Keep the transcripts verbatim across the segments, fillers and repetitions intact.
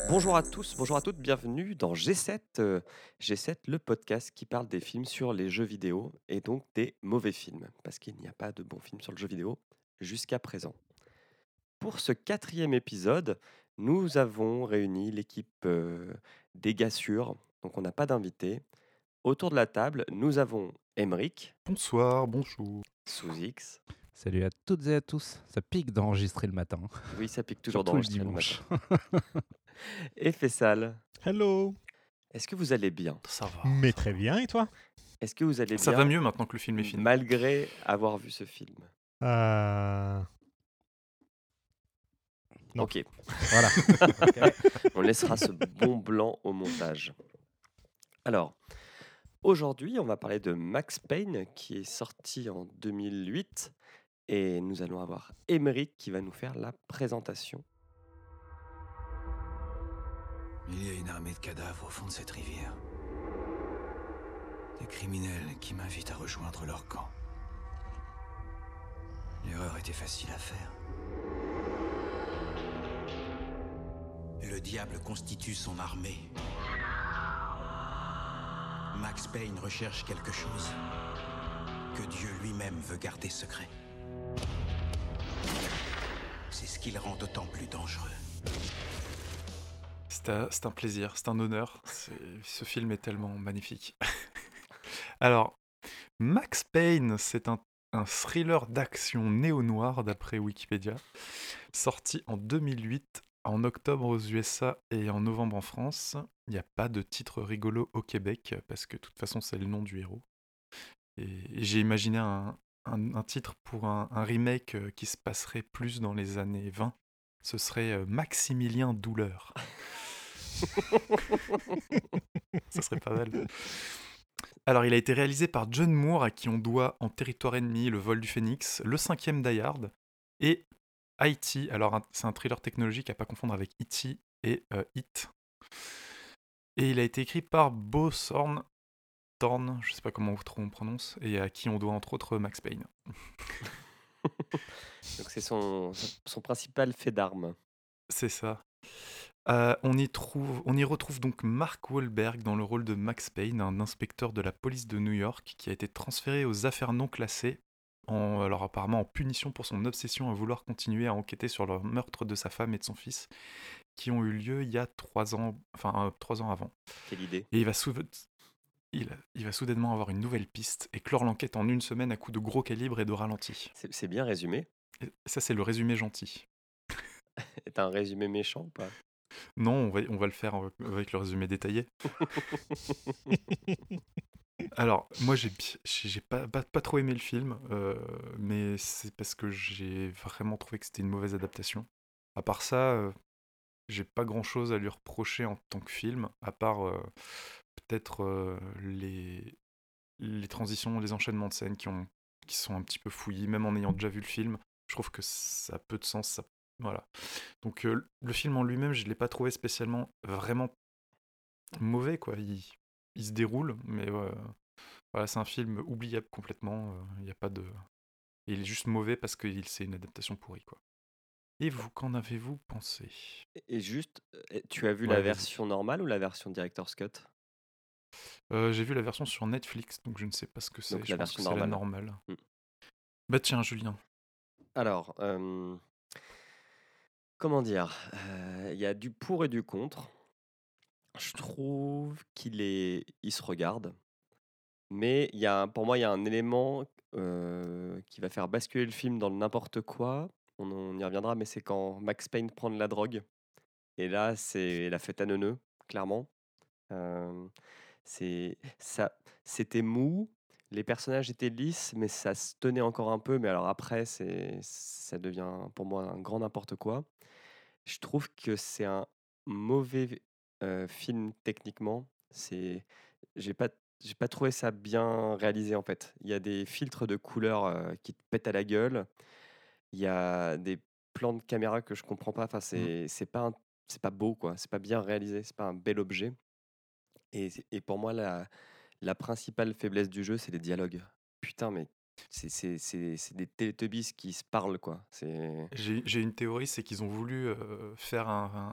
Bonjour à tous, bonjour à toutes, bienvenue dans G sept, heu, G sept, le podcast qui parle des films sur les jeux vidéo et donc des mauvais films, parce qu'il n'y a pas de bons films sur le jeu vidéo jusqu'à présent. Pour ce quatrième épisode, nous avons réuni l'équipe, heu, des gars sûrs, donc on n'a pas d'invité. Autour de la table, nous avons Aymeric, Bonsoir, bonjour. sous X, Salut à toutes et à tous. Ça pique d'enregistrer le matin, oui, ça pique toujours surtout le d'enregistrer le matin, dimanche. et Fessal. Hello. Est-ce que vous allez bien? Ça va. Mais ça très va. bien, et toi? Est-ce que vous allez Ça va bien mieux maintenant que le film est fini. malgré avoir vu ce film? Euh... Non. OK. Voilà. On laissera ce bon blanc au montage. Alors, aujourd'hui, on va parler de Max Payne qui est sorti en deux mille huit et nous allons avoir Aymeric qui va nous faire la présentation. Il y a une armée de cadavres au fond de cette rivière. Des criminels qui m'invitent à rejoindre leur camp. L'erreur était facile à faire. Le diable constitue son armée. Max Payne recherche quelque chose que Dieu lui-même veut garder secret. C'est ce qui le rend d'autant plus dangereux. C'est un, c'est un plaisir, c'est un honneur. C'est- Ce film est tellement magnifique. Alors, Max Payne, c'est un, un thriller d'action néo-noir d'après Wikipédia, sorti en deux mille huit, en octobre aux U S A et en novembre en France. Il n'y a pas de titre rigolo au Québec, parce que de toute façon c'est le nom du héros. Et, et j'ai imaginé un, un- un titre pour un, un remake euh, qui se passerait plus dans les années vingt. Ce serait euh, Maximilien Douleur. Ça serait pas mal. Alors, il a été réalisé par John Moore, à qui on doit En territoire ennemi, Le vol du phénix, Le cinquième Die Hard et I T. Alors, un- c'est un thriller technologique à pas confondre avec E T et euh, It. Et il a été écrit par Bo Thorne, Thorne, je sais pas comment trop on prononce, et à qui on doit entre autres Max Payne. Donc c'est son, son principal fait d'armes. C'est ça. Euh, on, y trouve, on y retrouve donc Mark Wahlberg dans le rôle de Max Payne, un inspecteur de la police de New York qui a été transféré aux affaires non classées, en, alors apparemment en punition pour son obsession à vouloir continuer à enquêter sur le meurtre de sa femme et de son fils, qui ont eu lieu il y a trois ans, enfin euh, trois ans avant. Quelle idée. Et il va, sou- il, il va soudainement avoir une nouvelle piste et clore l'enquête en une semaine à coups de gros calibre et de ralenti. C'est c'est bien résumé. Et ça, c'est le résumé gentil. Et t'as un résumé méchant ou pas? Non, on va, on va le faire euh, avec le résumé détaillé. Alors, moi, j'ai bi- j'ai j'ai pas, pas, pas trop aimé le film, euh, mais c'est parce que j'ai vraiment trouvé que c'était une mauvaise adaptation. À part ça, euh, j'ai pas grand-chose à lui reprocher en tant que film, à part euh, peut-être euh, les, les transitions, les enchaînements de scènes qui, ont, qui sont un petit peu fouillis, même en ayant déjà vu le film. Je trouve que ça a peu de sens. Ça, voilà. Donc, euh, le film en lui-même, je l'ai pas trouvé spécialement vraiment mauvais, quoi. Il, il se déroule, mais euh, voilà, c'est un film oubliable complètement. Il y a pas de, il est juste mauvais parce que il- c'est une adaptation pourrie, quoi. Et vous, qu'en avez-vous pensé? Et et juste, euh, tu as vu la Ouais, vas-y. version normale ou la version Director's Cut? Euh, j'ai vu la version sur Netflix, donc je ne sais pas ce que c'est. Donc la Je pense que version c'est la normale. normale. Mm. Bah tiens, Julien. Alors, euh, comment dire? Euh, Il y a du pour et du contre. Je trouve qu'il est, il se regarde, mais il y a, un- pour moi, il y a un élément euh, qui va faire basculer le film dans le n'importe quoi. On, on y reviendra, mais c'est quand Max Payne prend de la drogue. Et là, c'est la fête à neuneux, clairement. Euh, c'est ça, c'était mou. Les personnages étaient lisses, mais ça se tenait encore un peu. Mais alors après, c'est, ça devient pour moi un grand n'importe quoi. Je trouve que c'est un mauvais euh, film techniquement. C'est, j'ai pas, j'ai pas trouvé ça bien réalisé en fait. Il y a des filtres de couleurs euh, qui te pètent à la gueule. Il y a des plans de caméra que je comprends pas. Enfin, Mm. c'est, c'est pas, un- c'est pas beau quoi. C'est pas bien réalisé. C'est pas un bel objet. Et, c'est- et pour moi, la, la principale faiblesse du jeu, c'est les dialogues. Putain, mais c'est, c'est, c'est, c'est des Teletubbies qui se parlent quoi. C'est J'ai j'ai une théorie, c'est qu'ils ont voulu euh, faire un,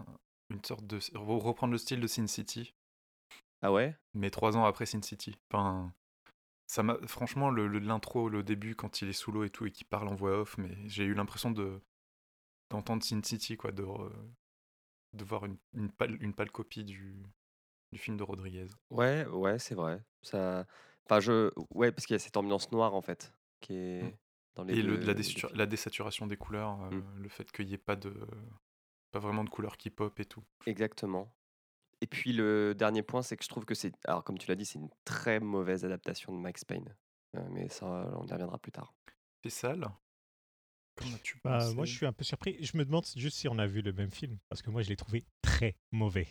une sorte de re- reprendre le style de Sin City, Ah ouais? mais trois ans après Sin City. Enfin, ça m'a franchement le, le- l'intro, le début quand il est sous l'eau et tout et qu'il parle en voix off, mais j'ai eu l'impression de d'entendre Sin City quoi, de re- de voir une, une pâle une pâle copie du du film de Rodriguez. Ouais, ouais, c'est vrai. Ça, enfin, je, ouais, parce qu'il y a cette ambiance noire en fait, qui Mm. est dans les Et le, la, deux, les deux désatur- films. la désaturation des couleurs, euh, Mm, le fait qu'il n'y ait pas de pas vraiment de couleurs qui pop et tout. exactement. Et puis le dernier point, c'est que je trouve que c'est, alors comme tu l'as dit, c'est une très mauvaise adaptation de Max Payne. Euh, mais ça, on y reviendra plus tard. C'est sale. Qu'en as-tu Bah, moi, je pensé? suis un peu surpris. Je me demande juste si on a vu le même film, parce que moi, je l'ai trouvé très mauvais.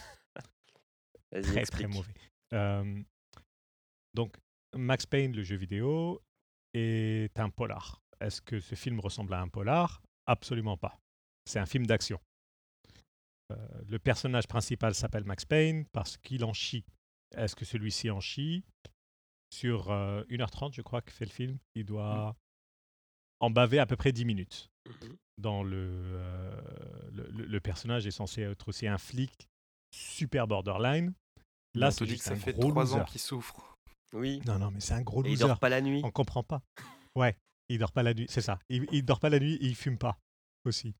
Vas-y, Très, très explique. mauvais. Euh, donc, Max Payne, le jeu vidéo, est un polar. Est-ce que ce film ressemble à un polar? Absolument pas. C'est un film d'action. Euh, le personnage principal s'appelle Max Payne parce qu'il en chie. Est-ce que celui-ci en chie? Sur euh, une heure trente, je crois, que fait le film, il Mm. doit en baver à peu près dix minutes. Mhm. Dans le, euh, le, le- le personnage est censé être aussi un flic super borderline. Mais Là, on te c'est dit que juste ça un fait gros trois ans loser. qu'il souffre. Oui, Non, non, mais c'est un gros et il loser. dort pas la nuit. On comprend pas. Ouais, il dort pas la nuit, c'est ça. Il, il dort pas la nuit et il fume pas aussi.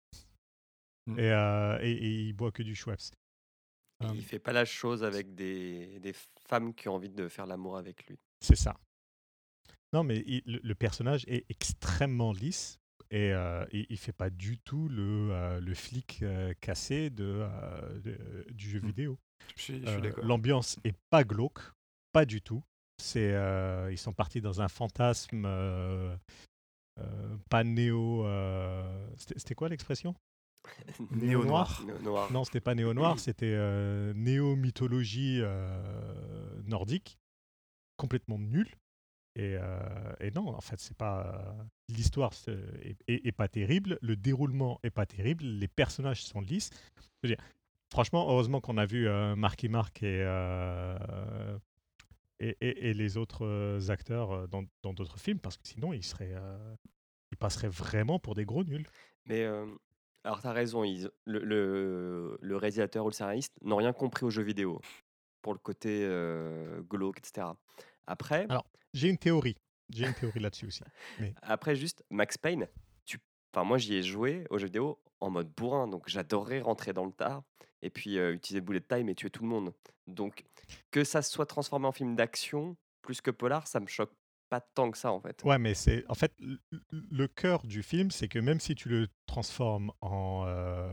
Mm. Et, euh, et, et il boit que du Schweppes. Et Euh, il fait pas la chose avec des, des femmes qui ont envie de faire l'amour avec lui. c'est ça. Non, mais il- le, le personnage est extrêmement lisse et euh, il, il fait pas du tout le, euh, le flic euh, cassé de, euh, de- du jeu Mm. vidéo. Je suis, je suis Euh, d'accord. L'ambiance est pas glauque, pas du tout. C'est, euh, ils sont partis dans un fantasme euh, euh, pas néo. euh, C'était c'était quoi l'expression? Néo Néo-noir. noir? No- Noir. Non, c'était pas néo noir, c'était euh, néo mythologie euh, nordique, complètement nul. Et, euh, et non, en fait, c'est pas l'histoire c'est- est, est- est pas terrible, le déroulement est pas terrible, les personnages sont lisses. Je veux dire, franchement, heureusement qu'on a vu euh, Marky Mark et, euh, et, et- et les autres euh, acteurs euh, dans dans d'autres films, parce que sinon, ils seraient, euh, ils passeraient vraiment pour des gros nuls. Mais euh, alors, tu as raison, ils- le, le, le réalisateur ou le scénariste n'ont rien compris aux jeux vidéo pour le côté euh, glauque, et cetera. Après, Alors, j'ai une théorie, j'ai une théorie là-dessus aussi. Mais après juste Max Payne, tu... enfin, moi j'y ai joué aux jeux vidéo en mode bourrin, donc j'adorais rentrer dans le tas et puis euh, utiliser bullet time et tuer tout le monde. Donc que ça soit transformé en film d'action plus que polar, ça me choque pas tant que ça en fait. ouais, mais c'est en fait le, le cœur du film, c'est que même si tu le transformes en euh,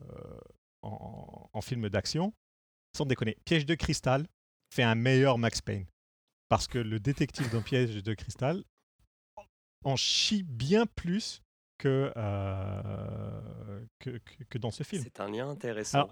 en, en film d'action, sans déconner, Piège de cristal fait un meilleur Max Payne parce que le détective dans Piège de cristal en chie bien plus que, euh, que, que, que dans ce film. C'est un lien Alors, intéressant.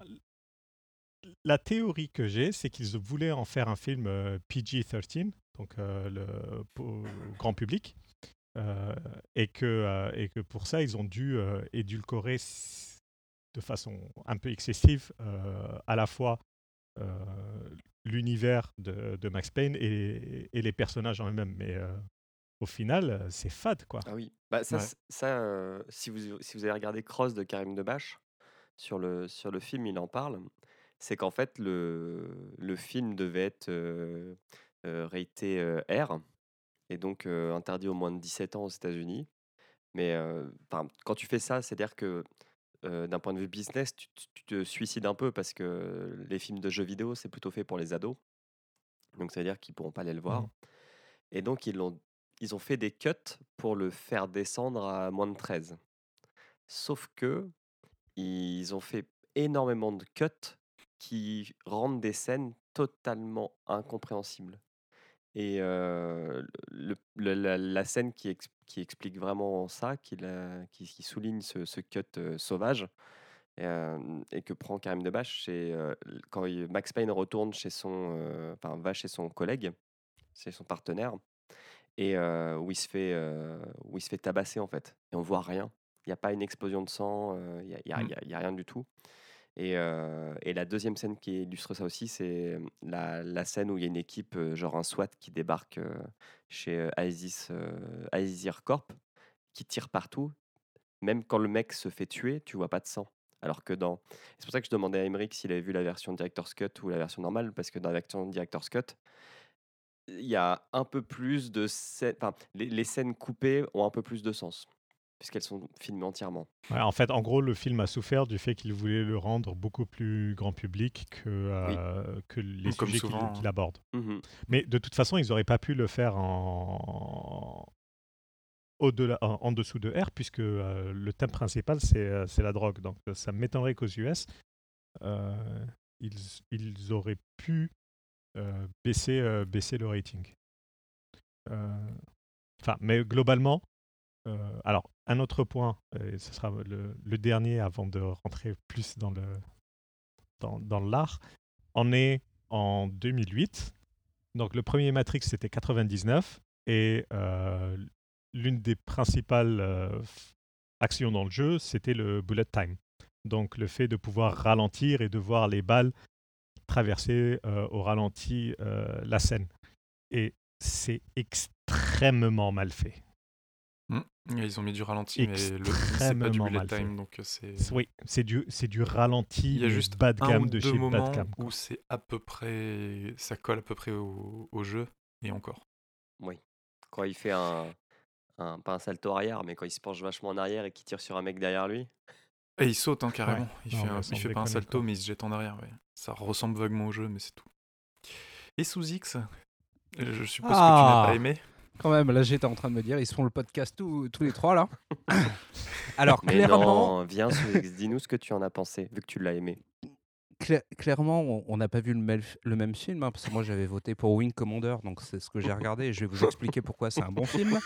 la théorie que j'ai, c'est qu'ils voulaient en faire un film euh, P G treize, donc euh, le pour- grand public, euh, et, que, euh, et que pour ça, ils ont dû euh, édulcorer s- de façon un peu excessive euh, à la fois euh, l'univers de, de Max Payne et, et les personnages en eux-mêmes. Mais euh, au final, euh, c'est fade, quoi. Ah oui, bah ça, Ouais. c- ça euh, si vous, si vous avez regardé Cross de Karim Debache, sur le, sur le film, il en parle. C'est qu'en fait, le, le film devait être euh, euh, raté euh, R, et donc euh, interdit aux moins de dix-sept ans aux États-Unis. Mais euh, 'fin, quand tu fais ça, c'est-à-dire que euh, d'un point de vue business, tu, tu- tu te suicides un peu parce que les films de jeux vidéo, c'est plutôt fait pour les ados. Donc ça veut dire qu'ils pourront pas aller le voir. Mhm. Et donc ils l'ont, ils ont fait des cuts pour le faire descendre à moins de treize. Sauf que ils ont fait énormément de cuts qui rendent des scènes totalement incompréhensibles. Et heu, le le la la scène qui ex qui explique vraiment ça, qui la qui qui souligne ce ce cut, heu, sauvage, hem et que prend Karim Debache, c'est, heu, l quand il Max Payne retourne chez son, heu, enfin va chez son collègue, chez son partenaire et heu, où il se fait, heu, où il se fait tabasser, en fait et on voit rien. Il y a pas une explosion de sang, heu, il y a il y a il Mm. y a il y a rien du tout et heu et la deuxième scène qui illustre ça aussi, c'est, mmh, la la scène où il y a une équipe, heu, genre un SWAT qui débarque, heu, chez, heu, Aegis, heu, Aegis Corp, qui tire partout. Même quand le mec se fait tuer, tu vois pas de sang. Alors que dans... C'est pour ça que je demandais à Emmerich s'il avait vu la version Director's Cut ou la version normale, parce que dans la version Director's Cut, il y a un peu plus de scènes... Enfin, les, les scènes coupées ont un peu plus de sens, puisqu'elles sont filmées entièrement. Ouais, en fait, en gros, le film a souffert du fait qu'il voulait le rendre beaucoup plus grand public que, euh, que les Comme sujets qu'il souvent, qu'il hein. aborde. Mhm. Mais de toute façon, ils n'auraient pas pu le faire en, au-delà, en, en dessous de R, puisque euh, le thème principal, c'est, euh, c'est la drogue. Donc, euh, ça m'étonnerait qu'aux U S, euh, ils, ils auraient pu euh, baisser, euh, baisser le rating. Euh, Enfin, mais globalement, euh, alors, un autre point, et ce sera le, le dernier avant de rentrer plus dans, le, dans, dans l'art. On est en deux mille huit. Donc, le premier Matrix, c'était quatre-vingt-dix-neuf. Et euh, l'une des principales euh, f- actions dans le jeu, c'était le bullet time. Donc, le fait de pouvoir ralentir et de voir les balles traverser euh, au ralenti euh, la scène. Et c'est extrêmement mal fait. Hmm. Et ils ont mis du ralenti, mais le c'est pas du Extrêmement bullet mal fait. time, donc euh, c'est. C'est- Oui, c'est du, c'est du ralenti, Il y a mais juste bas de un gamme ou de deux chez bas de moments gamme. quoi. où c'est à peu près, ça colle à peu près au, au jeu, et encore. Oui. Quand il fait un, un... Pas un salto arrière, mais quand il se penche vachement en arrière et qu'il tire sur un mec derrière lui. Et il saute hein, carrément. Ouais. Il Non, fait, mais un- sans il fait pas un déconner, salto, quoi. mais il se jette en arrière. Ouais. Ça ressemble vaguement au jeu, mais c'est tout. Et sous X, euh, je suppose que tu n'as Ah. pas aimé. Quand même, là j'étais en train de me dire, ils se font le podcast tous, tous les trois là. Alors Mais clairement, non, viens sous X, dis-nous ce que tu en as pensé, vu que tu l'as aimé. cla- clairement, on- on n'a pas vu le, mel- le même film, hein, parce que moi j'avais voté pour Wing Commander, donc c'est ce que j'ai regardé et je vais vous expliquer pourquoi c'est un bon film.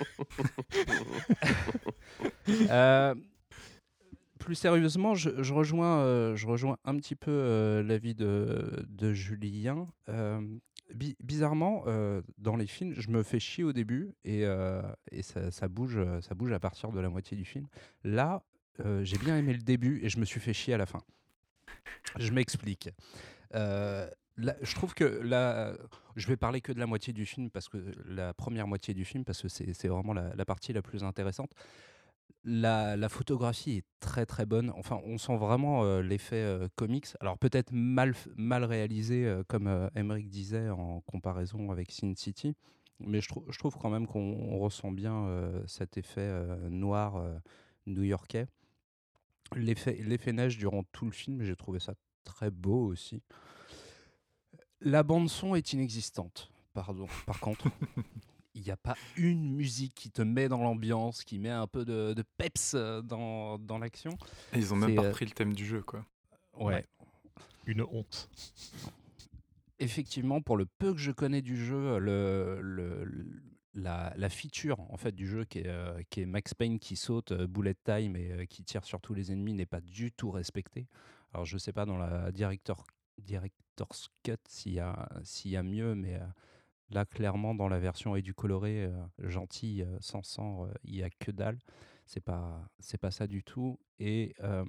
Euh, plus sérieusement, je, je rejoins, euh, je rejoins un petit peu euh, l'avis de, de Julien. Euh, bi- bizarrement, euh, dans les films, je me fais chier au début et, euh, et ça, ça bouge, euh, ça bouge à partir de la moitié du film. Là, euh, j'ai bien aimé le début et je me suis fait chier à la fin. Je m'explique. Euh, là, je trouve que là, je vais parler que de la moitié du film parce que la première moitié du film parce que c'est c'est vraiment la, la partie la plus intéressante. La, la photographie est très très bonne. Enfin, on sent vraiment euh, l'effet euh, comics. Alors peut-être mal, f- mal réalisé, euh, comme euh, Emmerich disait en comparaison avec Sin City. Mais je, trou- je trouve quand même qu'on on ressent bien euh, cet effet euh, noir euh, new-yorkais. L'effet, l'effet neige durant tout le film, j'ai trouvé ça très beau aussi. La bande son est inexistante. Pardon. Par contre, il n'y a pas une musique qui te met dans l'ambiance, qui met un peu de, de peps euh, dans, dans l'action. Et ils ont même C'est, pas euh, repris le thème du jeu, quoi. Ouais. Ouais. Une honte. Effectivement, pour le peu que je connais du jeu, le, le- le- la, la feature en fait du jeu qui est, euh, qui est Max Payne qui saute, euh, bullet time et euh, qui tire sur tous les ennemis n'est pas du tout respectée. Alors je sais pas dans la director, director's cut s'il y a s'il y a mieux, mais euh, là clairement dans la version édulcorée euh, gentille euh, sans sang, euh, il y a que dalle. C'est pas c'est pas ça du tout. Et euh,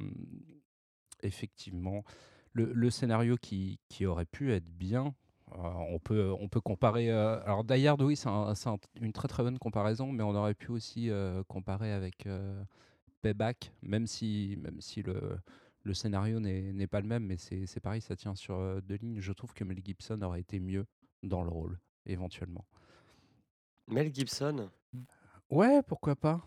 effectivement, le, le scénario qui, qui aurait pu être bien, euh, on, peut, on peut comparer. Euh, alors, Die Hard, oui, c'est un- c'est un- une très très bonne comparaison, mais on aurait pu aussi euh, comparer avec euh, Payback, même si, même si le, le scénario n'est n'est pas le même, mais c'est c'est pareil, ça tient sur euh, deux lignes. Je trouve que Mel Gibson aurait été mieux dans le rôle, éventuellement. Mel Gibson, Ouais, pourquoi pas.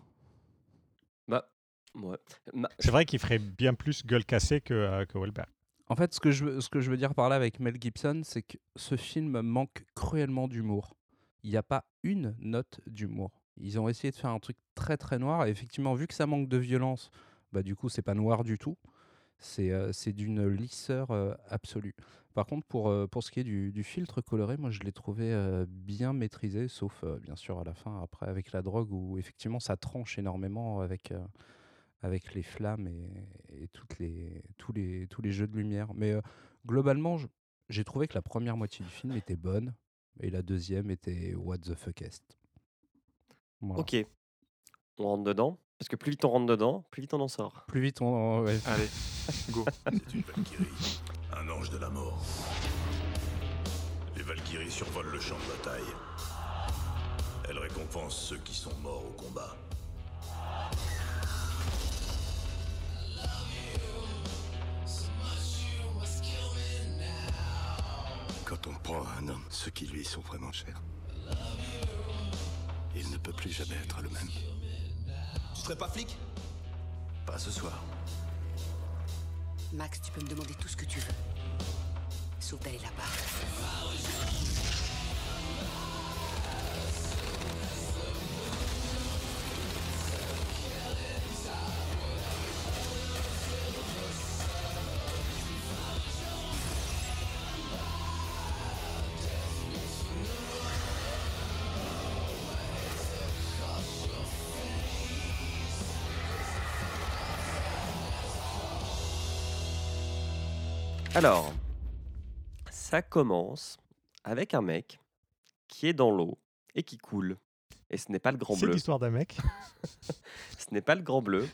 bah, ouais. Ma- C'est vrai qu'il ferait bien plus gueule cassée que, euh, que Wahlberg. En fait, ce que, je, veux- ce que je veux dire par là avec Mel Gibson, c'est que ce film manque cruellement d'humour. Il n'y a pas une note d'humour. Ils ont essayé de faire un truc très très noir, et effectivement, vu que ça manque de violence, bah du coup, c'est pas noir du tout. C'est euh, c'est d'une lisseur euh, absolue. Par contre, pour, euh, pour ce qui est du, du filtre coloré, moi je l'ai trouvé euh, bien maîtrisé, sauf euh, bien sûr à la fin, après avec la drogue, où effectivement ça tranche énormément avec, euh, avec les flammes et, et toutes les, tous, les, tous les jeux de lumière. Mais euh, globalement, je- j'ai trouvé que la première moitié du film était bonne et la deuxième était what the fuckest. Voilà. Ok, on rentre dedans. Parce que plus vite on rentre dedans, plus vite on en sort. Plus vite, on. ouais. Allez, go. C'est une Valkyrie, un ange de la mort. Les Valkyries survolent le champ de bataille. Elles récompensent ceux qui sont morts au combat. Quand on prend à un homme ceux qui lui sont vraiment chers, il ne peut plus jamais être le même. Tu serais pas flic? Pas ce soir. Max, tu peux me demander tout ce que tu veux. Sauf d'aller là-bas. Alors, ça commence avec un mec qui est dans l'eau et qui coule. Et ce n'est pas le grand C'est bleu. l'histoire d'un mec. Ce n'est pas le grand bleu.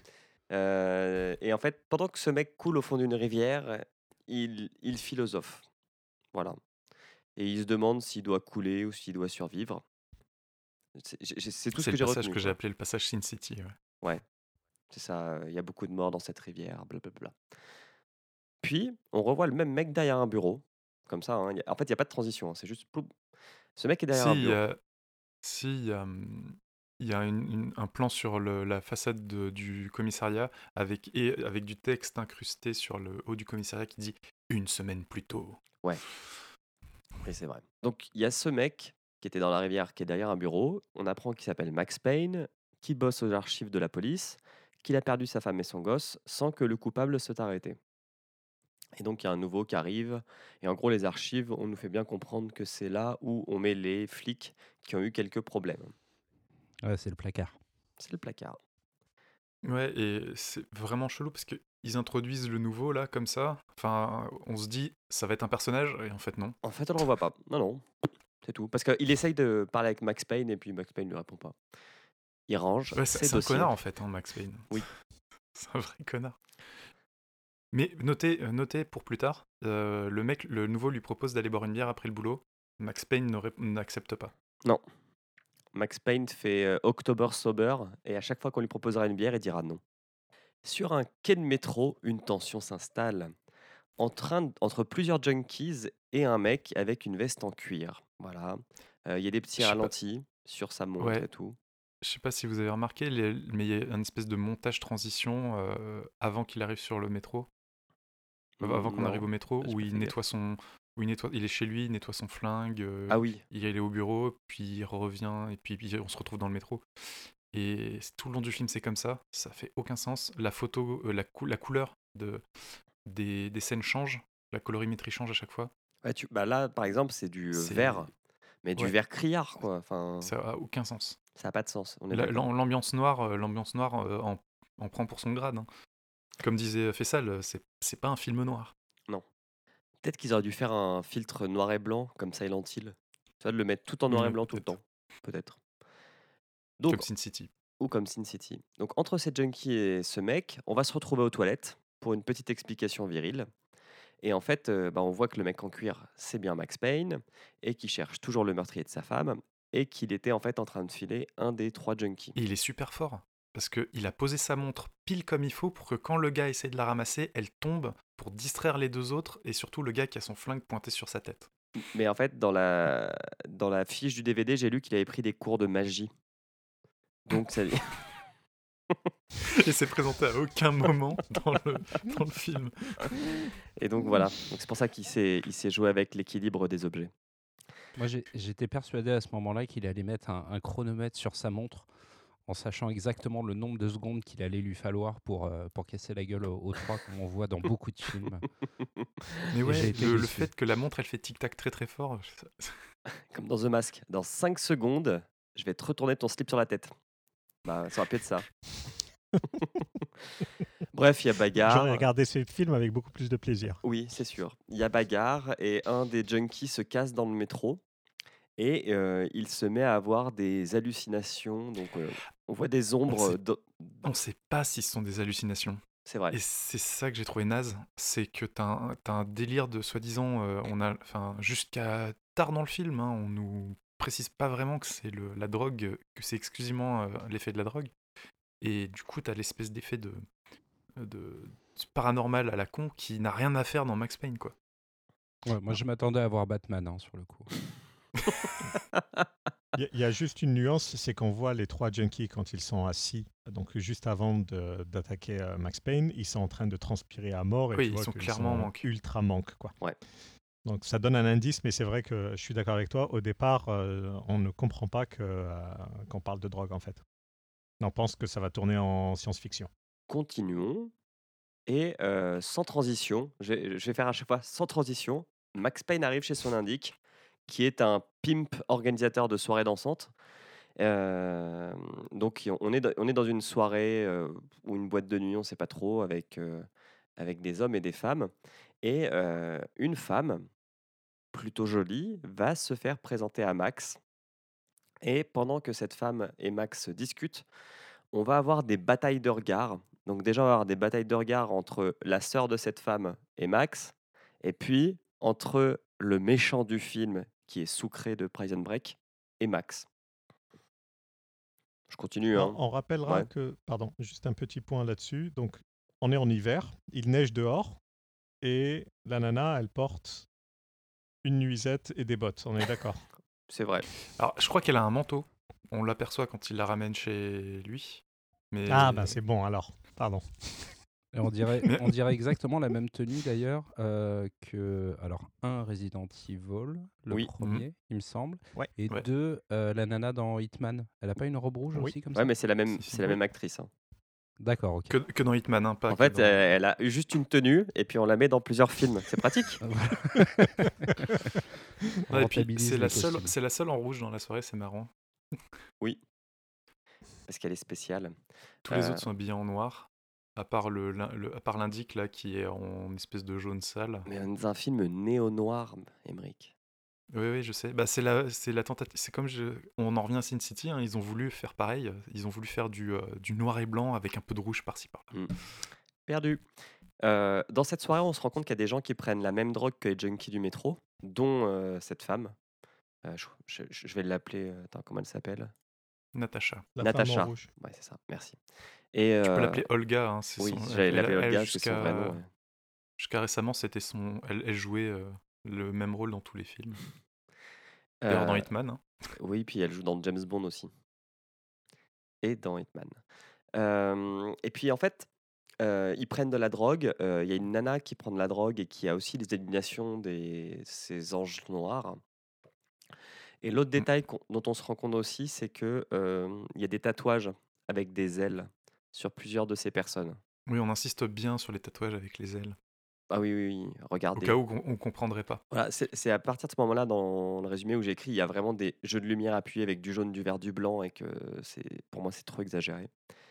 Euh, et en fait, pendant que ce mec coule au fond d'une rivière, il, il philosophe. Voilà. Et il se demande s'il doit couler ou s'il doit survivre. C'est j'ai- c'est tout ce C'est que le j'ai passage retenu. que j'ai quoi. appelé le passage Sin City. Ouais. Ouais, c'est ça. Il y a beaucoup de morts dans cette rivière, blablabla. Puis, on revoit le même mec derrière un bureau. Comme ça, hein. Y a- En fait, il n'y a pas de transition, hein, c'est juste ploum. Ce mec est derrière Si, un il y bureau. a, si, il y a, hum, il y a une- une- un plan sur le- la façade de- du commissariat avec, et avec du texte incrusté sur le haut du commissariat qui dit une semaine plus tôt. Ouais, oui, c'est vrai. Donc, il y a ce mec qui était dans la rivière, qui est derrière un bureau. On apprend qu'il s'appelle Max Payne, qui bosse aux archives de la police, qu'il a perdu sa femme et son gosse sans que le coupable se soit arrêté. Et donc, il y a un nouveau qui arrive. Et en gros, les archives, on nous fait bien comprendre que c'est là où on met les flics qui ont eu quelques problèmes. Ouais, c'est le placard. C'est le placard. Ouais, et c'est vraiment chelou parce qu'ils introduisent le nouveau là, comme ça. Enfin, on se dit, ça va être un personnage, et en fait, non. En fait, on le revoit pas. Non, non, c'est tout. Parce qu'il essaye de parler avec Max Payne et puis Max Payne ne lui répond pas. Il range Ouais, c'est ses c'est un dossiers. connard en fait, hein, Max Payne. Oui. C'est un vrai connard. Mais notez, euh, notez pour plus tard, euh, le mec, le nouveau lui propose d'aller boire une bière après le boulot. Max Payne ne rép- n'accepte pas. Non. Max Payne fait euh, October Sober et à chaque fois qu'on lui proposera une bière, il dira non. Sur un quai de métro, une tension s'installe en train de- entre plusieurs junkies et un mec avec une veste en cuir. Voilà. Euh, Il y a des petits Je sais pas. ralentis sur sa montre Ouais. et tout. Je sais pas si vous avez remarqué, les- mais il y a une espèce de montage transition euh, avant qu'il arrive sur le métro, av- avant qu'on Non, arrive au métro, j'ai où pas il fait nettoie son, où il nettoie, il est chez lui, il nettoie son flingue, euh, Ah oui, il est au bureau, puis il revient, et puis, puis on se retrouve dans le métro. Et c'est- tout le long du film, c'est comme ça, ça fait aucun sens. La photo, euh, la, cou- la couleur de, des, des scènes change, la colorimétrie change à chaque fois. ouais, tu... bah là, par exemple, c'est du euh, C'est- vert, mais du ouais. vert criard, quoi. Enfin, Ça a aucun sens. ça n'a pas de sens. On est La- d'accord. l'am- L'ambiance noire, euh, l'ambiance noire euh, en, en prend pour son grade, hein. Comme disait Fessal, euh, c'est c'est pas un film noir. Peut-être qu'ils auraient dû faire un filtre noir et blanc comme Silent Hill. Tu vois, de le mettre tout en noir et Mm, blanc tout le peut-être. temps. Peut-être. Donc, Comme Sin City. ou comme Sin City. Donc, entre ces junkies et ce mec, on va se retrouver aux toilettes pour une petite explication virile. Et en fait, euh, bah, on voit que le mec en cuir, c'est bien Max Payne, et qu'il cherche toujours le meurtrier de sa femme, et qu'il était en fait en train de filer un des trois junkies. Et il est super fort. Parce qu'il a posé sa montre pile comme il faut pour que quand le gars essaie de la ramasser, elle tombe pour distraire les deux autres et surtout le gars qui a son flingue pointé sur sa tête. Mais en fait, dans la, dans la fiche du D V D, j'ai lu qu'il avait pris des cours de magie. Donc, ça... Et c'est présenté à aucun moment dans le, dans le film. Et donc voilà, donc c'est pour ça qu'il s'est il s'est joué avec l'équilibre des objets. Moi, j'ai- j'étais persuadé à ce moment-là qu'il allait mettre un, un chronomètre sur sa montre en sachant exactement le nombre de secondes qu'il allait lui falloir pour, euh, pour casser la gueule aux, aux trois, comme on voit dans beaucoup de films. Mais ouais, j'ai été le, le déçu. fait que la montre elle fait tic-tac très très fort, ça- Comme dans The Mask, dans cinq secondes, je vais te retourner ton slip sur la tête. Bah, ça aurait pu être ça. Bref, il y a bagarre. J'aurais regardé ce film avec beaucoup plus de plaisir. Oui, c'est sûr. Il y a bagarre et un des junkies se casse dans le métro et euh, il se met à avoir des hallucinations. Donc, euh, on voit des ombres. sait- do- on sait pas si ce sont des hallucinations. C'est vrai. Et c'est ça que j'ai trouvé naze, c'est que t'as un, t'as un délire de soi-disant, euh, on a, enfin, jusqu'à tard dans le film, hein, on nous précise pas vraiment que c'est le, la drogue, que c'est exclusivement euh, l'effet de la drogue. Et du coup, t'as l'espèce d'effet de, de, de paranormal à la con qui n'a rien à faire dans Max Payne, quoi. Ouais, moi, je m'attendais à voir Batman hein, sur le coup. Il y, a- il y a juste une nuance, c'est qu'on voit les trois junkies quand ils sont assis, donc juste avant de- d'attaquer euh, Max Payne, ils sont en train de transpirer à mort et Oui, tu ils vois sont qu'ils clairement sont manqués. ultra manques, quoi. Ouais. Donc ça donne un indice, mais c'est vrai que je suis d'accord avec toi. Au départ, euh, on ne comprend pas que, euh, qu'on parle de drogue en fait. On pense que ça va tourner en science-fiction. Continuons. Et euh, sans transition, je vais, je vais faire à chaque fois sans transition. Max Payne arrive chez son indique, qui est un pimp organisateur de soirées dansantes. Euh, donc y- on est, dans- on est dans une soirée euh, ou une boîte de nuit, on ne sait pas trop, avec, euh, avec des hommes et des femmes. Et euh, une femme, plutôt jolie, va se faire présenter à Max. Et pendant que cette femme et Max discutent, on va avoir des batailles de regards. Donc déjà, on va avoir des batailles de regards entre la sœur de cette femme et Max, et puis entre le méchant du film, qui est Sucré de Prison Break, et Max. Je continue, Alors, hein. on rappellera Ouais. que, pardon, juste un petit point là-dessus. Donc, on est en hiver, il neige dehors, et la nana, elle porte une nuisette et des bottes. On est d'accord. C'est vrai. Alors, je crois qu'elle a un manteau. On l'aperçoit quand il la ramène chez lui. Mais... Ah, ben c'est bon alors. Pardon. Et on dirait, Mais- on dirait exactement la même tenue d'ailleurs euh, que alors un Resident Evil, le Oui. premier, il me semble, Ouais. et Ouais. deux euh, la nana dans Hitman. Elle a pas une robe rouge Oui. aussi comme Ouais, ça mais c'est la même, Si, si. c'est la Oui. même actrice, hein. D'accord, ok. Que, que dans Hitman, hein, pas En que fait, dans- euh, elle a juste une tenue, et puis on la met dans plusieurs films. C'est pratique. Voilà. On Ouais, et puis, rentabilise c'est les la, seule, costumes. c'est la seule en rouge dans la soirée, c'est marrant. Oui. Parce qu'elle est spéciale. Tous les Euh, autres sont habillés en noir, à part le, l'in- le- à part l'indique là qui est en espèce de jaune sale. Mais dans un film néo-noir, Emmerich. Oui, oui, je sais. Bah, c'est la, c'est la tentative. C'est comme je... on en revient à Sin City. Hein, ils ont voulu faire pareil. Ils ont voulu faire du, euh, du noir et blanc avec un peu de rouge par-ci par-là. Mm. Perdu. Euh, dans cette soirée, on se rend compte qu'il y a des gens qui prennent la même drogue que les junkies du métro, dont euh, cette femme. Euh, je, je- je vais l'appeler. euh, Attends, comment elle s'appelle? Natacha. La femme en Natacha. rouge. Ouais, c'est ça. Merci. Et Tu peux euh, l'appeler Olga. Hein, c'est oui, son... j'allais elle- l'appeler elle, Olga, c'est son jusqu'à vrai nom. ouais. jusqu'à récemment, c'était son. Elle, elle jouait euh, le même rôle dans tous les films. D'ailleurs, dans Euh, Hitman. Hein. oui, puis elle joue dans James Bond aussi. Et dans Hitman. Euh, et puis en fait, euh, ils prennent de la drogue. Euh, Il y a une nana qui prend de la drogue et qui a aussi les illuminations des ces anges noirs. Et l'autre Mm. détail qu'on- dont on se rend compte aussi, c'est que euh, il y a des tatouages avec des ailes sur plusieurs de ces personnes. Oui, on insiste bien sur les tatouages avec les ailes. Ah oui, oui, oui, Au regardez. cas où on, on comprendrait pas. Voilà, c'est c'est à partir de ce moment-là, dans le résumé où j'ai écrit, il y a vraiment des jeux de lumière appuyés avec du jaune, du vert, du blanc, et que c'est, pour moi, c'est trop exagéré.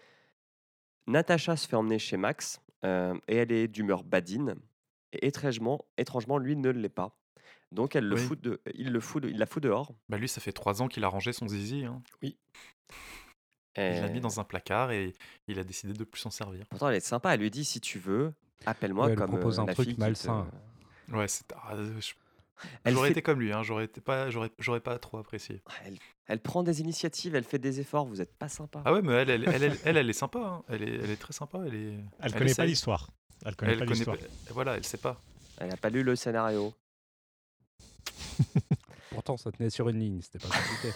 Natacha se fait emmener chez Max, euh, et elle est d'humeur badine. Et étrangement, étrangement, lui ne l'est pas. Donc elle le Oui. fout de, il, le fout de- il la fout dehors. Bah lui, ça fait trois ans qu'il a rangé son zizi. Hein. Oui. Il l'a Et mis dans un placard et il a décidé de plus s'en servir. pourtant, elle est sympa. Elle lui dit, si tu veux, appelle-moi Ouais, elle lui comme propose euh, un la truc fille qui malsain. te- Ouais, c'est. ah, je- Elle J'aurais fait- été comme lui, hein. J'aurais été pas, j'aurais, j'aurais pas trop apprécié. Elle, elle prend des initiatives, elle fait des efforts. Vous êtes pas sympa. Ah ouais, mais elle, elle, elle, elle, elle, elle est sympa. Hein. Elle est, elle est très sympa. Elle est. Elle connaît pas essaye. l'histoire. Elle connaît Elle pas connaît l'histoire. pas- Voilà, elle sait pas. Elle a pas lu le scénario. Pourtant, ça tenait sur une ligne, c'était pas compliqué.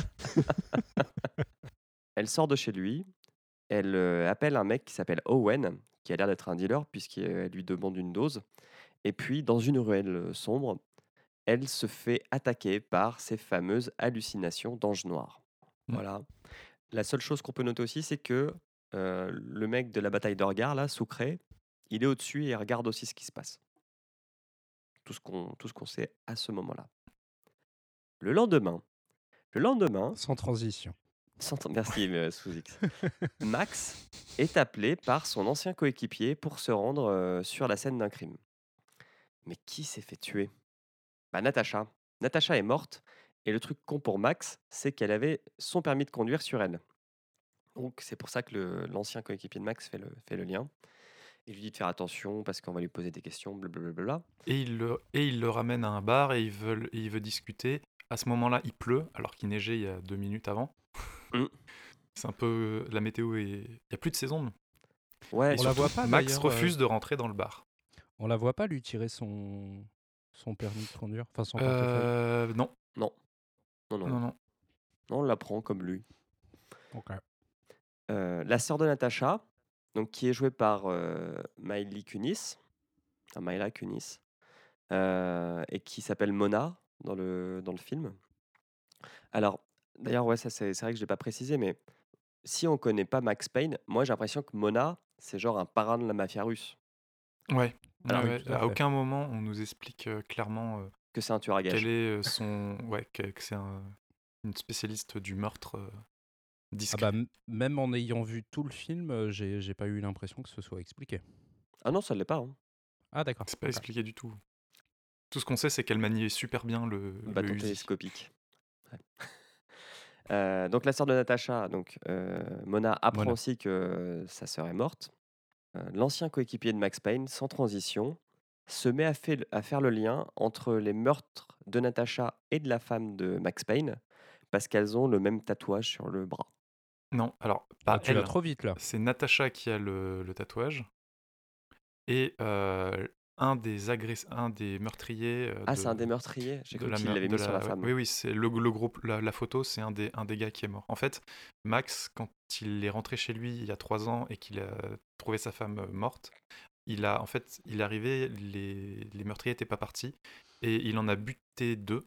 Elle sort de chez lui. Elle euh, appelle un mec qui s'appelle Owen, qui a l'air d'être un dealer, puisqu'elle lui demande une dose. Et puis, dans une ruelle euh, sombre, elle se fait attaquer par ces fameuses hallucinations d'ange noir. Mm. Voilà. La seule chose qu'on peut noter aussi, c'est que euh, le mec de la bataille de regard, là, Sucré, il est au-dessus et il regarde aussi ce qui se passe. Tout ce qu'on tout ce qu'on sait à ce moment-là. Le lendemain, le lendemain, Sans transition. sans- merci euh, Sous-X. Max est appelé par son ancien coéquipier pour se rendre euh, sur la scène d'un crime. Mais qui s'est fait tuer? Bah Natacha. Natacha est morte et le truc con pour Max, c'est qu'elle avait son permis de conduire sur elle. Donc c'est pour ça que le- l'ancien coéquipier de Max fait le, fait le lien. Il lui dit de faire attention parce qu'on va lui poser des questions, blablabla. Et il le, et il le ramène à un bar et il veut, il veut discuter. À ce moment-là, il pleut, alors qu'il neigeait il y a deux minutes avant. Mm. C'est un peu. La météo est. Il n'y a plus de saison. Ouais, Et On la surtout, voit pas, Max d'ailleurs, refuse de rentrer dans le bar. On la voit pas lui tirer son son permis de conduire, enfin son portefeuille. Euh, non, Non, non, non. non, non. Non, on l'apprend comme lui. Ok. Euh, la sœur de Natacha, donc, qui est jouée par euh, Miley Kunis, enfin, Myla Kunis, euh, et qui s'appelle Mona dans le, dans le film. Alors, d'ailleurs, ouais, ça c'est c'est vrai que je l'ai pas précisé, mais si on connaît pas Max Payne, moi j'ai l'impression que Mona, c'est genre un parrain de la mafia russe, Ouais. Alors, ouais, oui, ouais. tout à À fait. aucun moment on nous explique euh, clairement euh, que c'est un tueur à quel gages. est euh, son. Ouais, que, que c'est un- une spécialiste du meurtre euh, Ah discret. bah, m- même en ayant vu tout le film, euh, j'ai j'ai pas eu l'impression que ce soit expliqué. Ah non, ça l'est pas. Hein. Ah d'accord. C'est pas ok. expliqué du tout. Tout ce qu'on sait, c'est qu'elle maniait super bien le, Le le bâton Uzi. télescopique. Ouais. Euh, donc la sœur de Natacha, donc euh, Mona apprend Mona. aussi que sa sœur est morte. Euh, L'ancien coéquipier de Max Payne, sans transition, se met à, fait- à faire le lien entre les meurtres de Natacha et de la femme de Max Payne, parce qu'elles ont le même tatouage sur le bras. Non, alors, Ah, pas tu vas elle. trop vite là. C'est Natacha qui a le, le tatouage. Et euh, un, des agress... un des meurtriers euh, Ah, c'est un de, des meurtriers. J'ai de cru la, qu'il meur- l'avait de mis sur la la... ouais, femme. oui, oui, c'est le, le groupe, la, la photo, c'est un des, un des gars qui est mort. En fait, Max, quand il est rentré chez lui il y a trois ans et qu'il a trouvé sa femme euh, morte, il a, en fait, il est arrivé, les, les meurtriers n'étaient pas partis, et il en a buté deux,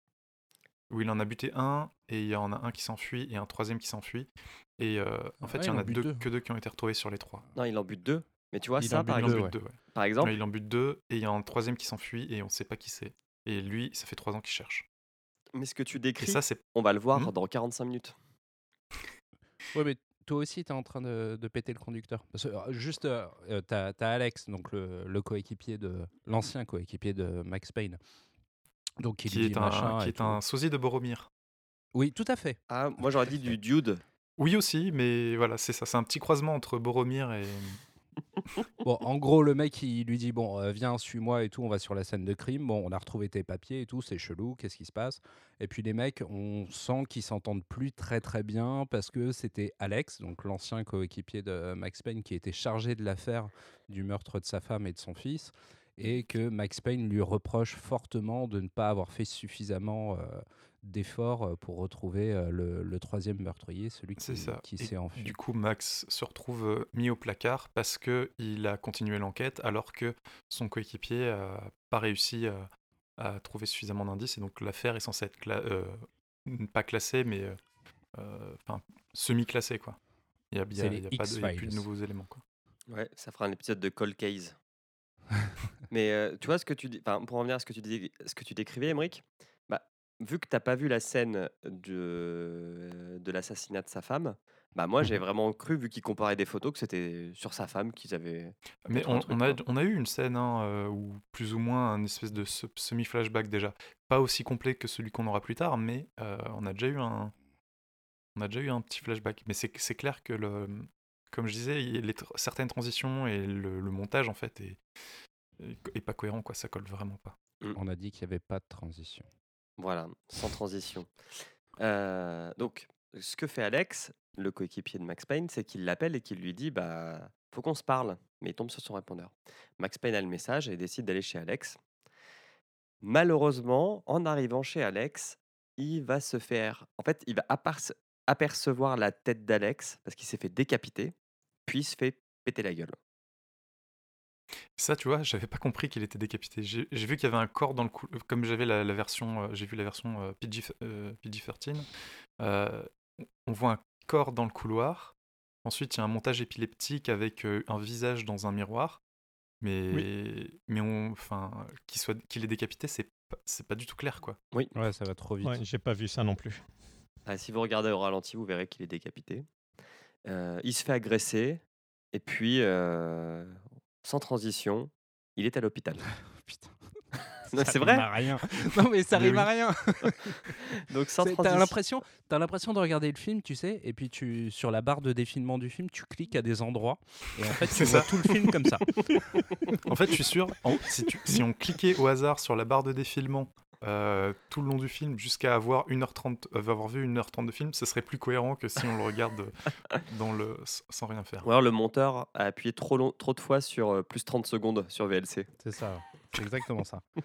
ou il en a buté un, et il y en a un qui s'enfuit, et un troisième qui s'enfuit, et euh, en fait, Ah, il y il en en a bute deux, deux. que deux qui ont été retrouvés sur les trois. Non, il en bute deux. Mais tu vois, Il ça, en par bute Il en deux, exemple, bute ouais. deux, ouais. par Ouais, exemple, il en bute deux, et il y a un troisième qui s'enfuit, et on ne sait pas qui c'est. Et lui, ça fait trois ans qu'il cherche. mais ce que tu Et décris, ça, c'est... on va le voir Hmm dans quarante-cinq minutes. Ouais, mais toi aussi, tu es en train de, de péter le conducteur. Parce que, euh, juste, euh, euh, t'as t'as Alex, donc le, le coéquipier de l'ancien coéquipier de Max Payne, donc qui lui qui dit est un, machin qui et est tout. un sosie de Boromir. Oui, tout à fait. Ah, moi j'aurais dit du dude. Oui aussi, mais voilà, c'est ça. C'est un petit croisement entre Boromir et... Bon, en gros, le mec, il lui dit bon, euh, viens, suis-moi et tout, on va sur la scène de crime. Bon, on a retrouvé tes papiers et tout, c'est chelou, qu'est-ce qui se passe? Et puis les mecs, on sent qu'ils s'entendent plus très très bien parce que c'était Alex, donc l'ancien coéquipier de Max Payne, qui était chargé de l'affaire du meurtre de sa femme et de son fils, et que Max Payne lui reproche fortement de ne pas avoir fait suffisamment euh, d'efforts euh, pour retrouver euh, le, le troisième meurtrier, celui C'est qui, ça. qui Et s'est enfui. du coup, Max se retrouve euh, mis au placard parce que il a continué l'enquête alors que son coéquipier a pas réussi à, à trouver suffisamment d'indices. Et donc l'affaire est censée être cla- euh, pas classée, mais euh, euh, enfin, semi-classée, quoi. Il n'y a, il y C'est a- les il y a pas de- il y a plus de X-Files. nouveaux éléments, quoi. Ouais, ça fera un épisode de Cold Case. Mais euh, tu vois ce que tu dis, enfin, pour en venir à ce que tu dis, ce que tu décrivais, Emmerich, bah, vu que t'as pas vu la scène de, de l'assassinat de sa femme, bah moi j'ai Mhm. vraiment cru, vu qu'il comparait des photos, que c'était sur sa femme qu'ils avaient Mais montré un on, truc, on a, quoi. on a eu une scène hein, euh, où plus ou moins un espèce de se- semi-flashback déjà. Pas aussi complet que celui qu'on aura plus tard, mais euh, on a déjà eu un, on a déjà eu un petit flashback. Mais c'est c'est clair que, le, comme je disais, il y a les tr- certaines transitions et le, le montage en fait est, est, est pas cohérent, quoi. Ça colle vraiment pas. Mm. On a dit qu'il n'y avait pas de transition. Voilà, sans transition. Euh, donc, ce que fait Alex, le coéquipier de Max Payne, c'est qu'il l'appelle et qu'il lui dit bah faut qu'on se parle, mais il tombe sur son répondeur. Max Payne a le message et décide d'aller chez Alex. Malheureusement, en arrivant chez Alex, il va se faire. En fait, il va aperce- apercevoir la tête d'Alex parce qu'il s'est fait décapiter, puis il se fait péter la gueule. Ça, tu vois, j'avais pas compris qu'il était décapité. J'ai j'ai vu qu'il y avait un corps dans le cou... Comme j'avais la, la version, euh, j'ai vu la version euh, P G, euh, P G treize. euh, on voit un corps dans le couloir. Ensuite, il y a un montage épileptique avec euh, un visage dans un miroir. Mais, Oui. mais on, enfin, qu'il soit, qu'il est décapité, c'est pas, c'est pas du tout clair, quoi. Oui, Ouais, ça va trop vite. Ouais, j'ai pas vu ça non plus. ah, si vous regardez au ralenti, vous verrez qu'il est décapité. Euh, il se fait agresser, et puis, euh, sans transition, il est à l'hôpital. Putain. Non, Ça c'est rime vrai. à rien. Non, mais ça Mais rime oui. à rien. Donc sans C'est- T'as transition. l'impression, t'as l'impression de regarder le film, tu sais, et puis tu, sur la barre de défilement du film, tu cliques à des endroits, et en fait, tu C'est vois ça. tout le film comme ça. En fait, je suis sûr, en- si, tu- si on cliquait au hasard sur la barre de défilement euh, tout le long du film jusqu'à avoir une heure trente, euh, avoir vu une heure trente de film, ce serait plus cohérent que si on le regarde dans le, sans rien faire. Ou alors le monteur a appuyé trop, long, trop de fois sur euh, plus trente secondes sur V L C. C'est ça, c'est exactement ça.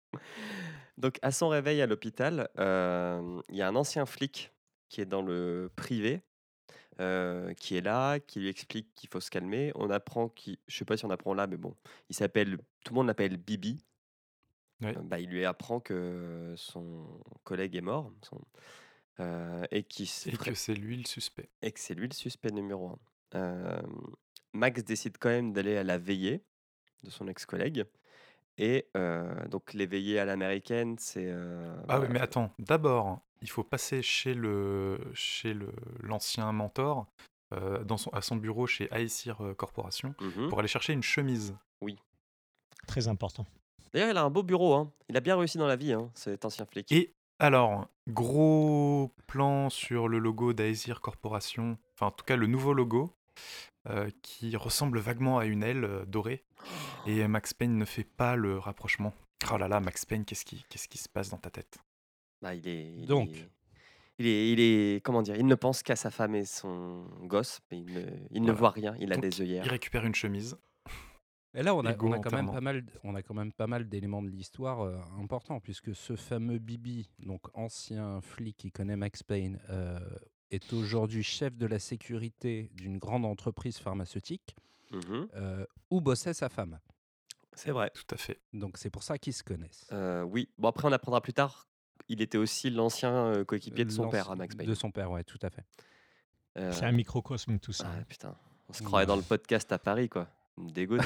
Donc, à son réveil à l'hôpital, euh, il y a un ancien flic qui est dans le privé, euh, qui est là, qui lui explique qu'il faut se calmer. On apprend qu'il, je sais pas si on apprend là, mais bon, il s'appelle, tout le monde l'appelle Bibi. Ouais. Euh, bah, il lui apprend que son collègue est mort, son- euh, et qui se Et ferait- que c'est lui le suspect. et que c'est lui le suspect numéro un. Euh, Max décide quand même d'aller à la veillée de son ex-collègue. Et euh, donc les veillées à l'américaine, c'est euh, Ah oui, bah, mais attends, d'abord, il faut passer chez le chez le l'ancien mentor, euh, dans son, à son bureau chez Aesir euh, Corporation, mhm, pour aller chercher une chemise. oui. Très important. D'ailleurs, il a un beau bureau, hein. Il a bien réussi dans la vie, hein, cet ancien flic. Et alors, gros plan sur le logo d'Aesir Corporation, enfin en tout cas le nouveau logo, euh, qui ressemble vaguement à une aile euh, dorée. Et Max Payne ne fait pas le rapprochement. Oh là là, Max Payne, qu'est-ce qui, qu'est-ce qui se passe dans ta tête? Bah, il est, il Donc. est, il est, il est- comment dire, il ne pense qu'à sa femme et son gosse, mais il ne, il ne Voilà. voit rien. Il a Donc, des il œillères. récupère une chemise. Et là, on a, Ego on a quand même enterrement. pas mal, on a quand même pas mal d'éléments de l'histoire euh, importants, puisque ce fameux Bibi, donc ancien flic qui connaît Max Payne, euh, est aujourd'hui chef de la sécurité d'une grande entreprise pharmaceutique Mhm, euh, où bossait sa femme. c'est vrai. Tout à fait. Donc c'est pour ça qu'ils se connaissent. Euh, oui. Bon, après, on apprendra plus tard. Il était aussi l'ancien euh, coéquipier de son L'anci- père, à Max Payne. De son père, ouais, tout à fait. Euh, C'est un microcosme tout ça. ah, putain. On se croirait dans le podcast à Paris, quoi. Il me dégoûte.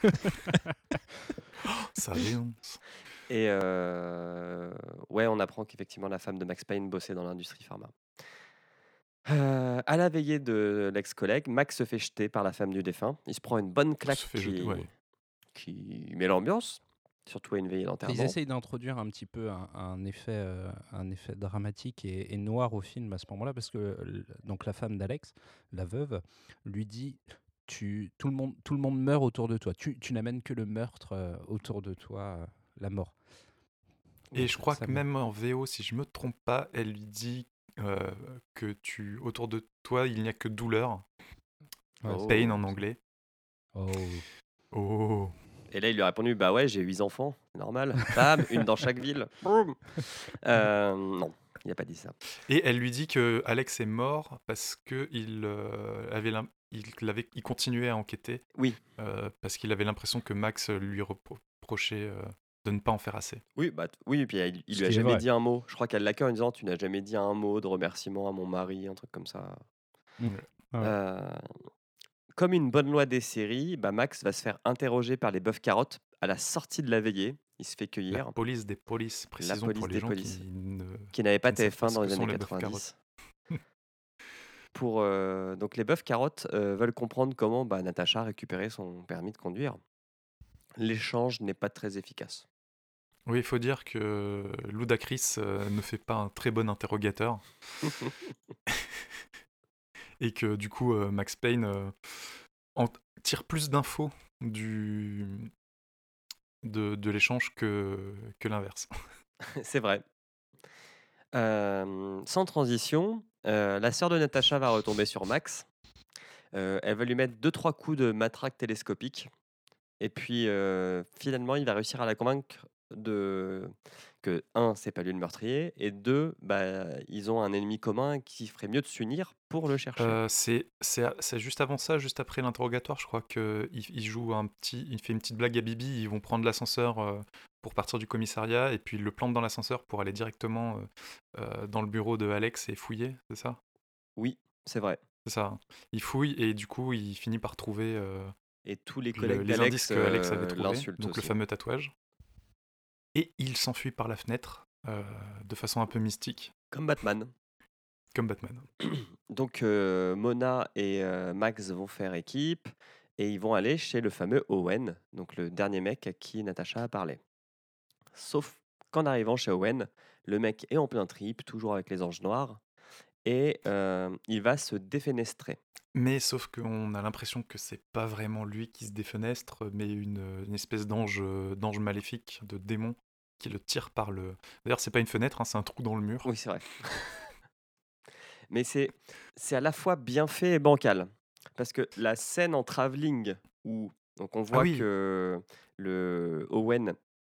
Ça dénonce. Et euh, ouais, on apprend qu'effectivement la femme de Max Payne bossait dans l'industrie pharma. Euh, à la veillée de l'ex-collègue, Max se fait jeter par la femme du défunt. Il se prend une bonne claque Se fait qui, jeter, ouais. qui met l'ambiance, surtout à une veillée Ils d'enterrement. essayent d'introduire un petit peu un, un effet, euh, un effet dramatique et, et noir au film à ce moment-là, parce que l- donc la femme d'Alex, la veuve, lui dit tu, tout, le monde, tout le monde meurt autour de toi. Tu, tu n'amènes que le meurtre euh, autour de toi, euh, la mort. Et Donc je ça- crois ça que me- même en V O, si je me trompe pas, elle lui dit euh, que tu autour de toi, il n'y a que douleur. Ouais, Oh. Pain en anglais. Oh. Oh. Et là, il lui a répondu bah ouais, j'ai huit enfants, normal. Bam, une dans chaque ville. Boum. Euh, non, il n'a pas dit ça. Et elle lui dit que Alex est mort parce que il euh, avait l'im- il, l'avait- il continuait à enquêter. Oui. euh, parce qu'il avait l'impression que Max lui reprochait euh, de ne pas en faire assez. Oui, bah, t- oui, et puis il, il Ce lui a qui est jamais vrai. dit un mot. Je crois qu'elle l'accueille en disant tu n'as jamais dit un mot de remerciement à mon mari, un truc comme ça. Mm. Ah ouais. Euh, Comme une bonne loi des séries, bah, Max va se faire interroger par les bœufs carottes à la sortie de la veillée. Il se fait La cueillir. police des polices, précisons police pour les des gens polices. qui ne... Qui n'avait pas qui ne savent T F un pas ce dans que les sont années les bœufs quatre-vingt-dix. Pour, euh, donc les bœufs carottes euh, veulent comprendre comment bah, Natacha a récupéré son permis de conduire. L'échange n'est pas très efficace. Oui, il faut dire que Ludacris euh, ne fait pas un très bon interrogateur. Et que du coup, euh, Max Payne euh, en tire plus d'infos du... de, de l'échange que, que l'inverse. C'est vrai. Euh, sans transition, euh, la sœur de Natacha va retomber sur Max. Euh, elle va lui mettre deux trois coups de matraque télescopique. Et puis euh, finalement, il va réussir à la convaincre de que un, c'est pas lui le meurtrier, et deux, bah, ils ont un ennemi commun qui ferait mieux de s'unir pour le chercher. Euh, c'est, c'est, c'est juste avant ça, juste après l'interrogatoire, je crois qu'il il joue un petit, il fait une petite blague à Bibi, ils vont prendre l'ascenseur euh, pour partir du commissariat, et puis il le plante dans l'ascenseur pour aller directement euh, euh, dans le bureau de Alex et fouiller, c'est ça? Oui, c'est vrai. C'est ça. hein. Il fouille et du coup il finit par trouver euh, Et tous les le- collègues les indices d'Alex que Alex avait euh, trouvés, l'insultent donc le aussi. fameux tatouage. Et il s'enfuit par la fenêtre euh, de façon un peu mystique, Comme Batman. comme Batman. Donc euh, Mona et euh, Max vont faire équipe et ils vont aller chez le fameux Owen, donc le dernier mec à qui Natacha a parlé. Sauf qu'en arrivant chez Owen, le mec est en plein trip, toujours avec les anges noirs, et euh, il va se défenestrer. Mais sauf qu'on a l'impression que c'est pas vraiment lui qui se défenestre, mais une, une espèce d'ange, d'ange maléfique, de démon, qui le tire par le... D'ailleurs, c'est pas une fenêtre, hein, c'est un trou dans le mur. Oui, c'est vrai. Mais c'est, c'est à la fois bien fait et bancal. Parce que la scène en travelling où donc on voit oui. que le Owen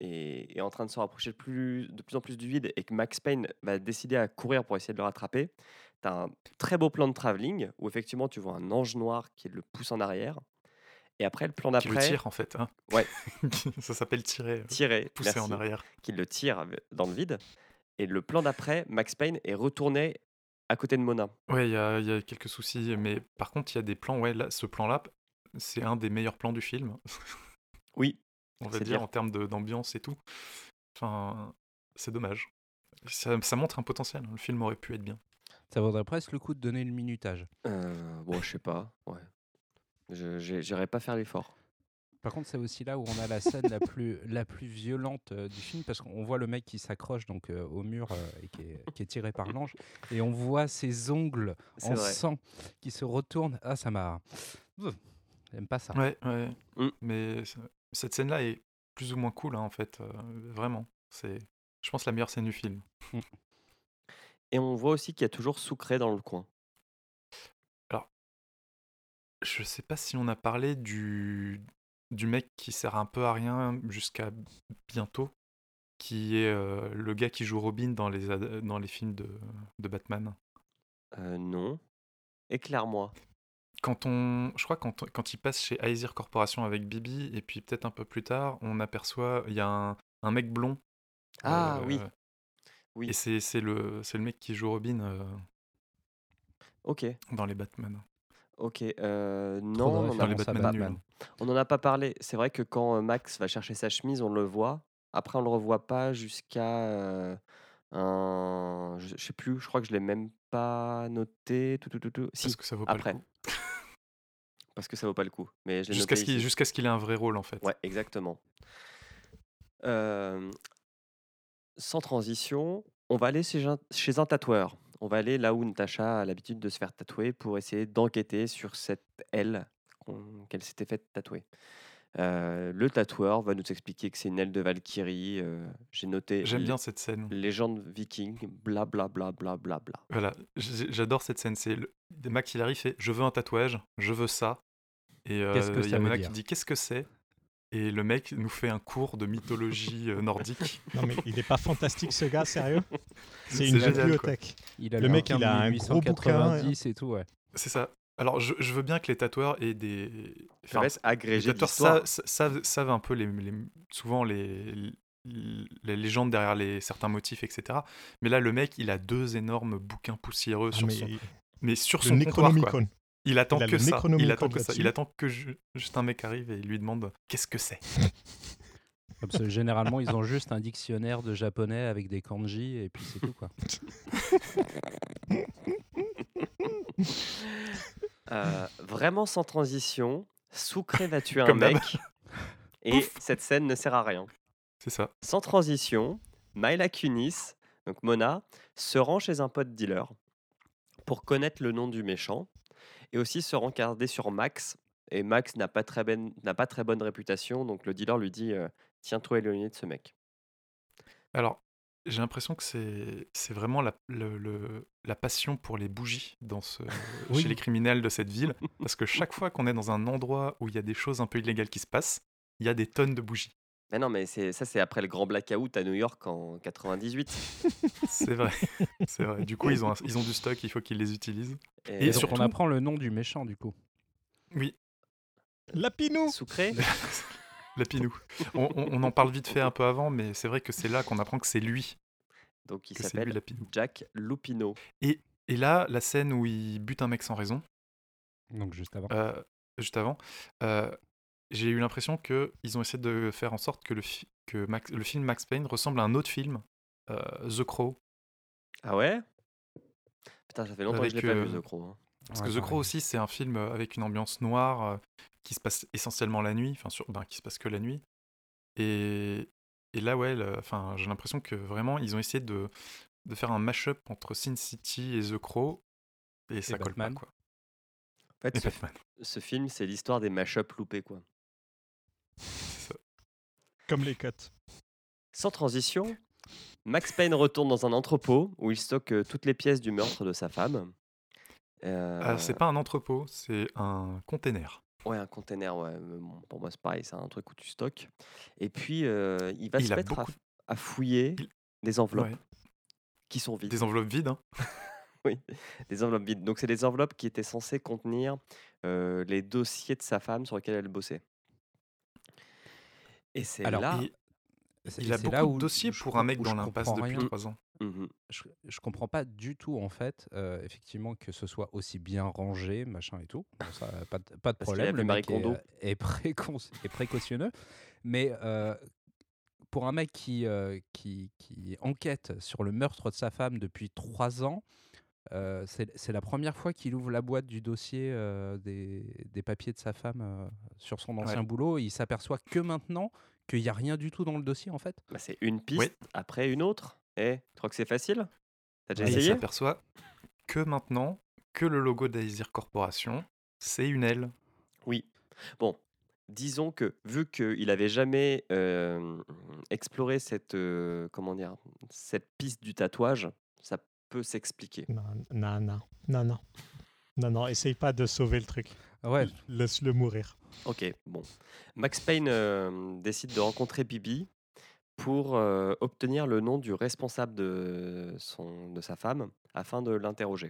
est, est en train de se rapprocher de plus, de plus en plus du vide et que Max Payne va décider à courir pour essayer de le rattraper, tu as un très beau plan de travelling où effectivement tu vois un ange noir qui le pousse en arrière. Et après, le plan Qui le d'après, tire en fait. Hein. ouais, Ça s'appelle tirer, euh, tirer, pousser en merci, arrière. qui le tire ave- dans le vide. Et le plan d'après, Max Payne est retourné à côté de Mona. Ouais, il y a, il y a quelques soucis, mais par contre, il y a des plans. Ouais, là, ce plan-là, c'est un des meilleurs plans du film. Oui, On va c'est dire dire. en termes de- d'ambiance et tout. Enfin, c'est dommage. Ça, ça montre un potentiel. Le film aurait pu être bien. Ça vaudrait presque le coup de donner le minutage. Euh, bon, je sais pas, ouais. Je j'ai- J'irai pas faire l'effort. Par contre, c'est aussi là où on a la scène la plus, la plus violente euh, du film, parce qu'on voit le mec qui s'accroche donc euh, au mur euh, et qui est, qui est tiré par l'ange, et on voit ses ongles C'est en vrai. sang qui se retournent. Ah, ça m'a... Ouf, j'aime pas ça. Ouais, ouais. Mm. Mais ça- cette scène-là est plus ou moins cool, hein, en fait. euh, vraiment. C'est, je pense, la meilleure scène du film. Et on voit aussi qu'il y a toujours Sucré dans le coin. Alors, je sais pas si on a parlé du, du mec qui sert un peu à rien jusqu'à bientôt, qui est euh, le gars qui joue Robin dans les, ad- dans les films de, de Batman. Euh, non. Éclaire-moi. Quand on, je crois quand, quand il passe chez Aesir Corporation avec Bibi, et puis peut-être un peu plus tard, on aperçoit, il y a un, un mec blond. Ah euh, oui, Et oui, c'est c'est le, c'est le mec qui joue Robin euh, ok, dans les Batman. ok. Euh, Trop non, de on en Dans a les références à Batman Batman. nuls. On n'en a pas parlé. C'est vrai que quand euh, Max va chercher sa chemise, on le voit. Après, on le revoit pas jusqu'à euh, un. Je je sais plus, je crois que je l'ai même pas noté. Tout, tout, tout, tout. Parce Si, que ça vaut pas après, le coup. parce que ça vaut pas le coup. Mais je l'ai Jusqu'à noté ce qu'il ici. jusqu'à ce qu'il ait un vrai rôle, en fait. Ouais, exactement. Euh, sans transition, on va aller chez un, chez un tatoueur. On va aller là où Natacha a l'habitude de se faire tatouer pour essayer d'enquêter sur cette aile qu'on- qu'elle s'était faite tatouer. Euh, le tatoueur va nous expliquer que c'est une aile de Valkyrie. euh, J'ai noté J'aime lé- bien cette scène. légende viking, bla bla bla bla bla bla. Voilà, j- j'adore cette scène. C'est le... Max, il arrive, fait je veux un tatouage, je veux ça. Et Qu'est-ce que euh, il y ça a veut Mona dire qui dit qu'est-ce que c'est. Et le mec nous fait un cours de mythologie euh, nordique. Non, mais il n'est pas fantastique ce gars, sérieux. C'est C'est une génial, quoi. bibliothèque. Il a Le mec, il a un gros bouquin, quatre-vingt-dix et tout, ouais. C'est ça. Alors, je, je veux bien que les tatoueurs aient des. Ça va être les agrégé de tatoueurs l'histoire. savent, savent, savent un peu les, les- souvent les, les légendes derrière les, certains motifs, et cetera. Mais là, le mec, il a deux énormes bouquins poussiéreux Ah, sur mais son, mais sur le son comptoir, quoi. Necronomicon. Il attend Il a que le ça. Il Necronomicon attend que ça. là-dessus. Il attend que ju- juste un mec arrive et il lui demande qu'est-ce que c'est. Parce que généralement, ils ont juste un dictionnaire de japonais avec des kanji et puis c'est tout, quoi. Euh, vraiment sans transition, Sucré va tuer un Comme d'hab. mec et cette scène ne sert à rien. C'est ça. Sans transition, Myla Kunis, donc Mona, se rend chez un pote dealer pour connaître le nom du méchant et aussi se rencarder sur Max. Et Max n'a pas très, ben- n'a pas très bonne réputation, donc le dealer lui dit euh, tiens-toi éloigné de ce mec. Alors, j'ai l'impression que c'est c'est vraiment la, le- le- la passion pour les bougies dans ce, Oui. chez les criminels de cette ville. Parce que chaque fois qu'on est dans un endroit où il y a des choses un peu illégales qui se passent, il y a des tonnes de bougies. Mais non, mais c'est, ça, c'est après le grand blackout à New York en quatre-vingt-dix-huit. C'est vrai. C'est vrai. Du coup, ils ont, un- ils ont du stock, il faut qu'ils les utilisent. Et, Et Et donc, surtout- on apprend le nom du méchant, du coup. Oui, Lapinou. Sucré, Lapinou. On, on- on en parle vite fait un peu avant, mais c'est vrai que c'est là qu'on apprend que c'est lui, donc il que c'est lui s'appelle Lapinou. Jack Lupino. Et là, la scène où il bute un mec sans raison, Donc, juste avant. euh, juste avant, euh, j'ai eu l'impression qu'ils ont essayé de faire en sorte que le, fi- que Max- le film Max Payne ressemble à un autre film, euh, The Crow. Ah ouais Putain, ça fait longtemps que je l'ai Avec, pas euh, vu, The Crow. hein. Parce Ouais, que The pareil. Crow aussi, c'est un film euh, avec une ambiance noire euh, qui se passe essentiellement la nuit, enfin, sur, ben, qui se passe que la nuit. Et, et là, ouais, le- enfin, j'ai l'impression que vraiment, ils ont essayé de, de faire un mash-up entre Sin City et The Crow, et ça colle Batman. pas, quoi. En fait, Et ce, Batman, ce film, c'est l'histoire des mash-up loupés, quoi. c'est ça. Comme les cotes. Sans transition, Max Payne retourne dans un entrepôt où il stocke euh, toutes les pièces du meurtre de sa femme. Euh, Ah, c'est pas un entrepôt, c'est un container. Ouais, un container, ouais, mais bon, pour moi, c'est pareil, c'est un truc où tu stockes. Et puis, euh, il va Il se a mettre à, beaucoup. f- à fouiller il- des enveloppes Ouais. qui sont Des vides. enveloppes vides, hein. Oui, des enveloppes vides. Donc, c'est des enveloppes qui étaient censées contenir euh, les dossiers de sa femme sur lesquels elle bossait. Et c'est Alors, là. Et c'est il et a c'est là beaucoup de où dossiers je, pour un com- mec où dans je l'impasse comprends depuis rien. Mm, trois ans. mhm. Je, je comprends pas du tout en fait, euh, effectivement, que ce soit aussi bien rangé, machin et tout. Bon, ça, pas de, pas de Parce qu'il a problème. vu Le Marie mec est, Kondo. euh, est, précon- est précautionneux. Mais euh, pour un mec qui, euh, qui, qui enquête sur le meurtre de sa femme depuis trois ans, euh, c'est c'est la première fois qu'il ouvre la boîte du dossier euh, des, des papiers de sa femme euh, sur son ancien Ouais. boulot. Et il s'aperçoit que maintenant qu'il n'y a rien du tout dans le dossier en fait. Bah, c'est une Oui. piste après une autre. Eh, tu crois que c'est facile? T'as déjà Et il Ouais, essayé? s'aperçoit que maintenant que le logo d'Aesir Corporation, c'est une aile. Oui. Bon, disons que vu qu'il n'avait jamais euh, exploré cette, euh, comment dire, cette piste du tatouage, ça peut s'expliquer. Non, non, non, non, non. Non, non, essaye pas de sauver le truc. Ouais, L- Laisse-le mourir. Ok, bon. Max Payne euh, décide de rencontrer Bibi pour euh, obtenir le nom du responsable de, son, de sa femme afin de l'interroger.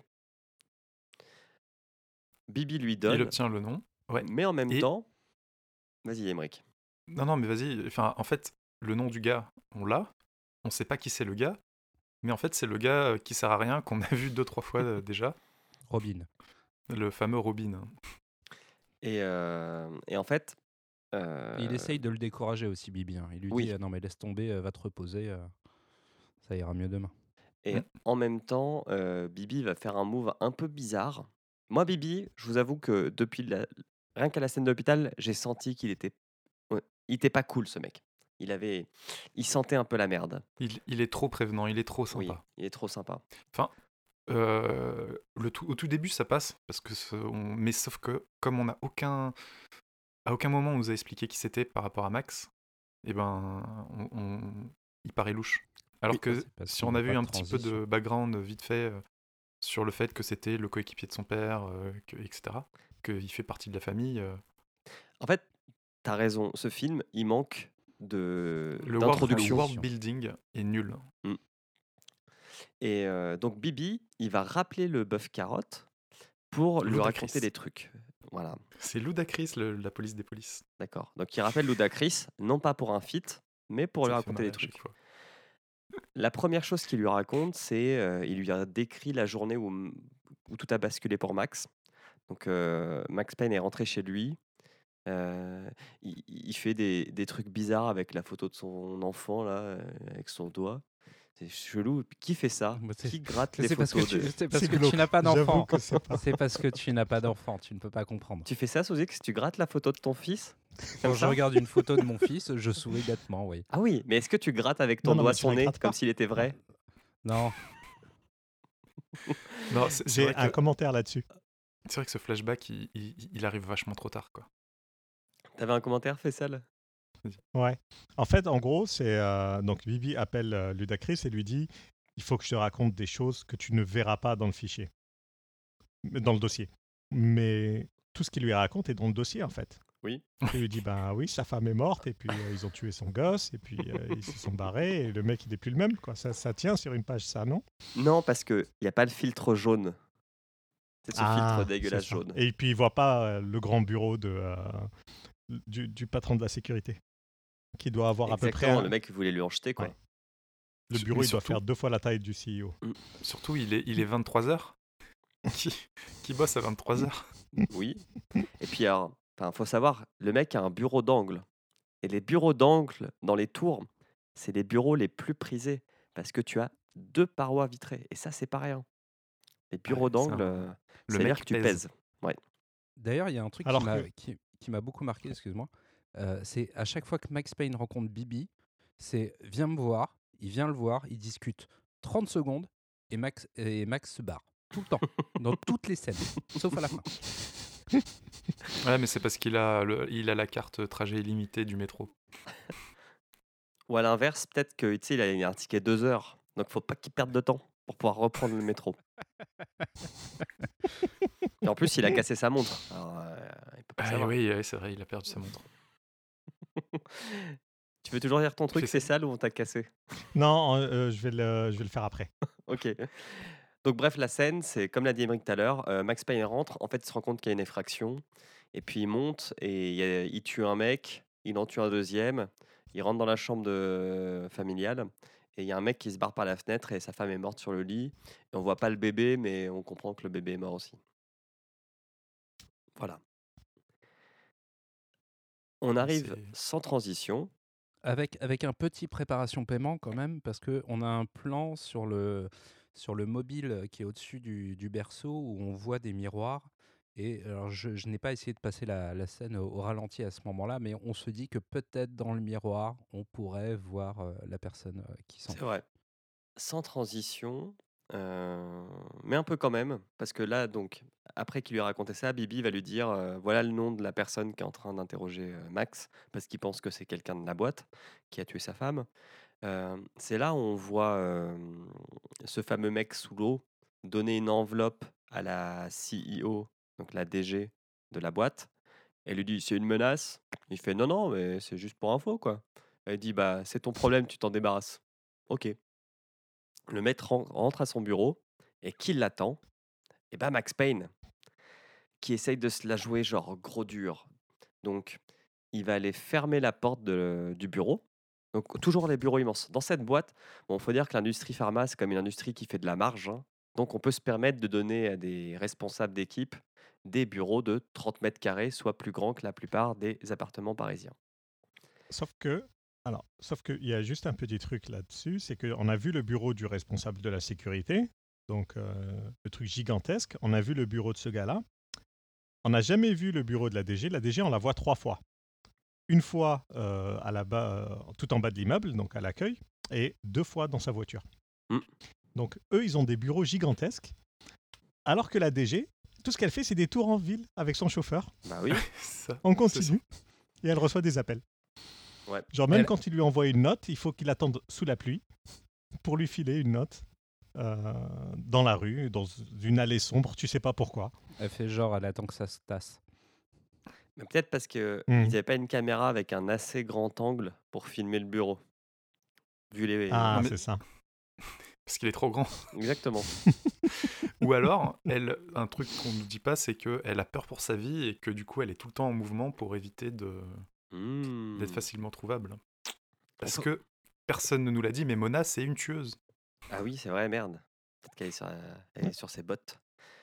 Bibi lui Il donne, obtient le nom. Ouais. mais en même Et temps, vas-y Emmerich. non, non, mais vas-y. Enfin, en fait, le nom du gars, on l'a. On sait pas qui c'est le gars. Mais en fait, c'est le gars euh, qui sert à rien, qu'on a vu deux, trois fois euh, déjà. Robin. Le fameux Robin. Et, euh, et en fait, euh, Il essaye de le décourager aussi, Bibi. hein. Il lui oui. dit ah non mais laisse tomber, euh, va te reposer, euh, ça ira mieux demain. Et Mm. en même temps, euh, Bibi va faire un move un peu bizarre. Moi, Bibi, je vous avoue que depuis la... rien qu'à la scène d'hôpital, j'ai senti qu'il était, ouais, il était pas cool ce mec. Il avait, il sentait un peu la merde. Il, il est trop prévenant, il est trop Oui, sympa. il est trop sympa. Enfin, euh, le tout, au tout début, ça passe. Parce que ce- on- mais sauf que, comme on n'a aucun. À aucun moment on nous a expliqué qui c'était par rapport à Max, et ben, on, on- il paraît louche. Alors Oui. que C'est parce si qu'il on n'y a avait pas eu de un petit peu de transition. background vite fait euh, sur le fait que c'était le coéquipier de son père, euh, que- et cetera, qu'il fait partie de la famille, euh, En fait, t'as raison. Ce film, il manque de le, world, le d'introduction. world building est nul. Mm. Et euh, donc Bibi, il va rappeler le bœuf carotte pour lui Ludacris. raconter des trucs. Voilà, C'est Ludacris, le- la police des polices. d'accord. Donc il rappelle Ludacris, non pas pour un feat, mais pour lui Ça fait raconter marrer des à chaque trucs. fois. La première chose qu'il lui raconte, c'est euh, il lui a décrit la journée où, où tout a basculé pour Max. Donc euh, Max Payne est rentré chez lui. euh, il, il fait des, des trucs bizarres avec la photo de son enfant là, euh, avec son doigt. C'est chelou. Qui fait ça? Bah, c'est- Qui gratte Mais les C'est parce que photos tu, de... c'est parce C'est que tu glauque. n'as pas J'avoue d'enfant. que c'est pas. C'est parce que tu n'as pas d'enfant, tu ne peux pas comprendre. Tu fais ça, Sozik, tu grattes la photo de ton fils? Quand Comme je ça regarde une photo de mon fils, je souris bêtement, oui. Ah oui, mais est-ce que tu grattes avec ton Non, non, doigt mais tu son la nez grattes comme pas. s'il était vrai? Non, Non, c'est c'est J'ai vrai, un que- commentaire là-dessus. c'est vrai que ce flashback, il, il- il arrive vachement trop tard, quoi. T'avais un commentaire, Faisal? Ouais. En fait, en gros, c'est euh, donc Bibi appelle euh, Ludacris et lui dit il faut que je te raconte des choses que tu ne verras pas dans le fichier, dans le dossier. Mais tout ce qu'il lui raconte est dans le dossier en fait. Oui. Il lui dit ben oui, sa femme est morte et puis euh, ils ont tué son gosse et puis euh, ils se sont barrés et le mec il n'est plus le même quoi. Ça, ça tient sur une page ça non? Non, parce qu'il n'y a pas le filtre jaune. C'est ce filtre dégueulasse c'est ça. jaune. Et puis il voit pas euh, le grand bureau de euh, du, du patron de la sécurité qui doit avoir à peu près Exactement, un- le mec voulait lui en jeter, quoi. Ouais. le Sur- bureau mais il doit surtout- faire deux fois la taille du C E O. Surtout, il est, il est vingt-trois heures. qui, qui bosse à vingt-trois heures? Oui. Et puis, alors, enfin, faut savoir, le mec a un bureau d'angle. Et les bureaux d'angle dans les tours, c'est les bureaux les plus prisés parce que tu as deux parois vitrées. Et ça, c'est pas rien. Les bureaux Ouais, c'est d'angle, un- euh, le c'est-à-dire mec que tu pèse. pèses. Ouais. d'ailleurs, il y a un truc qui Alors m'a que- qui, qui m'a beaucoup marqué, excuse-moi. Euh, c'est à chaque fois que Max Payne rencontre Bibi, c'est viens me voir, il vient le voir, il discute trente secondes et Max, et Max se barre. Tout le temps, dans toutes les scènes, sauf à la fin. Ouais, mais c'est parce qu'il a, le- il a la carte trajet illimité du métro. Ou à l'inverse, peut-être que tu sais, il a un ticket deux heures. Donc, faut pas qu'il perde de temps. pour pouvoir reprendre le métro. Et en plus, il a cassé sa montre. Alors, euh, il peut pas Ah savoir. oui, ouais, c'est vrai, il a perdu sa montre. Tu veux toujours dire ton truc, Fais c'est ça. sale ou on t'a cassé? Non, euh, je, vais le, je vais le faire après. Ok. Donc bref, la scène, c'est comme l'a dit Emmerich tout à l'heure, euh, Max Payne rentre, en fait, il se rend compte qu'il y a une effraction, et puis il monte, et il, y a- il tue un mec, il en tue un deuxième, il rentre dans la chambre de... familiale, et il y a un mec qui se barre par la fenêtre, et sa femme est morte sur le lit, et on voit pas le bébé, mais on comprend que le bébé est mort aussi. Voilà. On arrive C'est- sans transition. Avec, avec un petit préparation paiement quand même, parce qu'on a un plan sur le, sur le mobile qui est au-dessus du, du berceau où on voit des miroirs. Et alors je, je n'ai pas essayé de passer la, la scène au, au ralenti à ce moment-là, mais on se dit que peut-être dans le miroir, on pourrait voir euh, la personne euh, qui C'est s'enfuit. vrai. Sans transition, euh, mais un peu quand même, parce que là, donc, après qu'il lui a raconté ça, Bibi va lui dire euh, voilà le nom de la personne qui est en train d'interroger euh, Max, parce qu'il pense que c'est quelqu'un de la boîte qui a tué sa femme. Euh, c'est là où on voit euh, ce fameux mec sous l'eau donner une enveloppe à la C E O, donc la D G de la boîte. Elle lui dit c'est une menace. Il fait non, non, mais c'est juste pour info, quoi. Elle dit bah c'est ton problème, tu t'en débarrasses. Ok. Le maître ren- rentre à son bureau et qui l'attend? Et bah Max Payne, qui essaye de se la jouer genre gros dur. Donc, il va aller fermer la porte de- du bureau. Donc, toujours les bureaux immenses. Dans cette boîte, bon, faut dire que l'industrie pharma, c'est comme une industrie qui fait de la marge, hein. Donc, on peut se permettre de donner à des responsables d'équipe des bureaux de trente mètres carrés, soit plus grands que la plupart des appartements parisiens. Sauf que, alors, sauf qu'il y a juste un petit truc là-dessus, c'est qu'on a vu le bureau du responsable de la sécurité, donc euh, le truc gigantesque. On a vu le bureau de ce gars-là. On n'a jamais vu le bureau de la D G. La D G, on la voit trois fois. Une fois euh, à la bas, euh, tout en bas de l'immeuble, donc à l'accueil, et deux fois dans sa voiture. Mm. Donc eux, ils ont des bureaux gigantesques, alors que la D G, tout ce qu'elle fait, c'est des tours en ville avec son chauffeur. Bah oui. Ça, On c'est continue, et elle reçoit des appels. Ouais. Genre même Elle- quand il lui envoie une note, il faut qu'il attende sous la pluie pour lui filer une note euh, dans la rue, dans une allée sombre, tu sais pas pourquoi. Elle fait genre, elle attend que ça se tasse. Mais peut-être parce qu'ils Mm. n'avaient pas une caméra avec un assez grand angle pour filmer le bureau. Vu les... Ah, Non, mais- c'est ça. parce qu'il est trop grand. Exactement. Ou alors, elle, un truc qu'on ne nous dit pas, c'est qu'elle a peur pour sa vie et que du coup, elle est tout le temps en mouvement pour éviter de, Hmm. d'être facilement trouvable. Parce Enfin- que personne ne nous l'a dit, mais Mona, c'est une tueuse. Ah oui, c'est vrai, merde. Peut-être qu'elle est sur, euh, elle est sur ses bottes.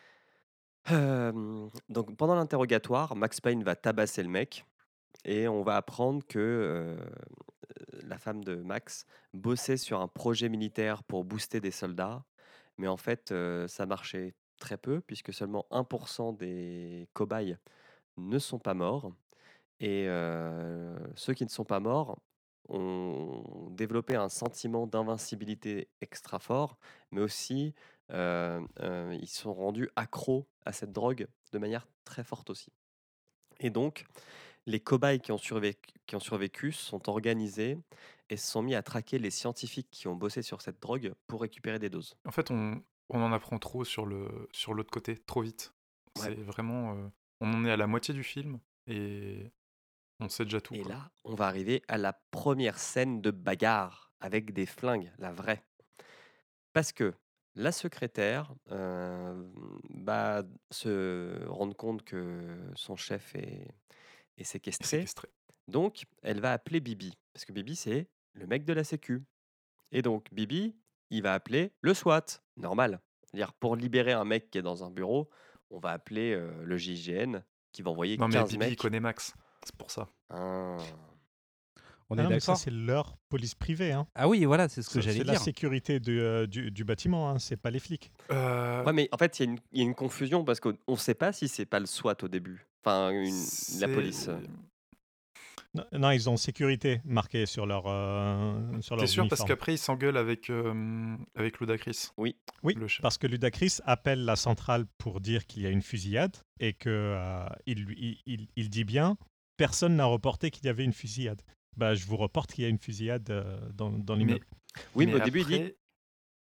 Euh, donc pendant l'interrogatoire, Max Payne va tabasser le mec et on va apprendre que euh, la femme de Max bossait sur un projet militaire pour booster des soldats, mais en fait euh, ça marchait très peu puisque seulement un pour cent des cobayes ne sont pas morts et euh, ceux qui ne sont pas morts ont développé un sentiment d'invincibilité extra fort, mais aussi euh, euh, ils sont rendus accros à cette drogue de manière très forte aussi. Et donc, les cobayes qui ont survécu, qui ont survécu sont organisés et se sont mis à traquer les scientifiques qui ont bossé sur cette drogue pour récupérer des doses. En fait, on, on en apprend trop sur, le, sur l'autre côté, trop vite. Ouais. C'est vraiment... euh, on en est à la moitié du film et on sait déjà tout. Et quoi. là, on va arriver à la première scène de bagarre avec des flingues, la vraie. Parce que la secrétaire euh, va se rendre compte que son chef est, est séquestré. Séquestré. Donc, elle va appeler Bibi. Parce que Bibi, c'est le mec de la sécu. Et donc, Bibi, il va appeler le SWAT. Normal. C'est-à-dire, pour libérer un mec qui est dans un bureau, on va appeler euh, le J G N qui va envoyer Non, mais quinze Bibi, il mecs. connaît Max. C'est pour ça. Ah. On Ah est non, mais ça, d'accord? c'est leur police privée. Hein. Ah oui, voilà, c'est ce que C'est j'allais c'est la dire. sécurité du, euh, du, du bâtiment, hein, c'est pas les flics. Euh, Ouais, mais en fait, il y, a une- il y a une confusion parce qu'on ne sait pas si c'est pas le SWAT au début. Enfin, une- la c'est- police. euh. Non, non, ils ont sécurité marquée sur leur euh, sur T'es leurs sûr parce uniformes. qu'après, il s'engueule avec, euh, avec Ludacris. Oui. Oui, le chef. parce que Ludacris appelle la centrale pour dire qu'il y a une fusillade et que euh, il, lui- il, il- il dit bien personne n'a reporté qu'il y avait une fusillade. Bah, je vous reporte qu'il y a une fusillade euh, dans, dans Mais, l'immeuble. Oui, mais, au début, il dit après,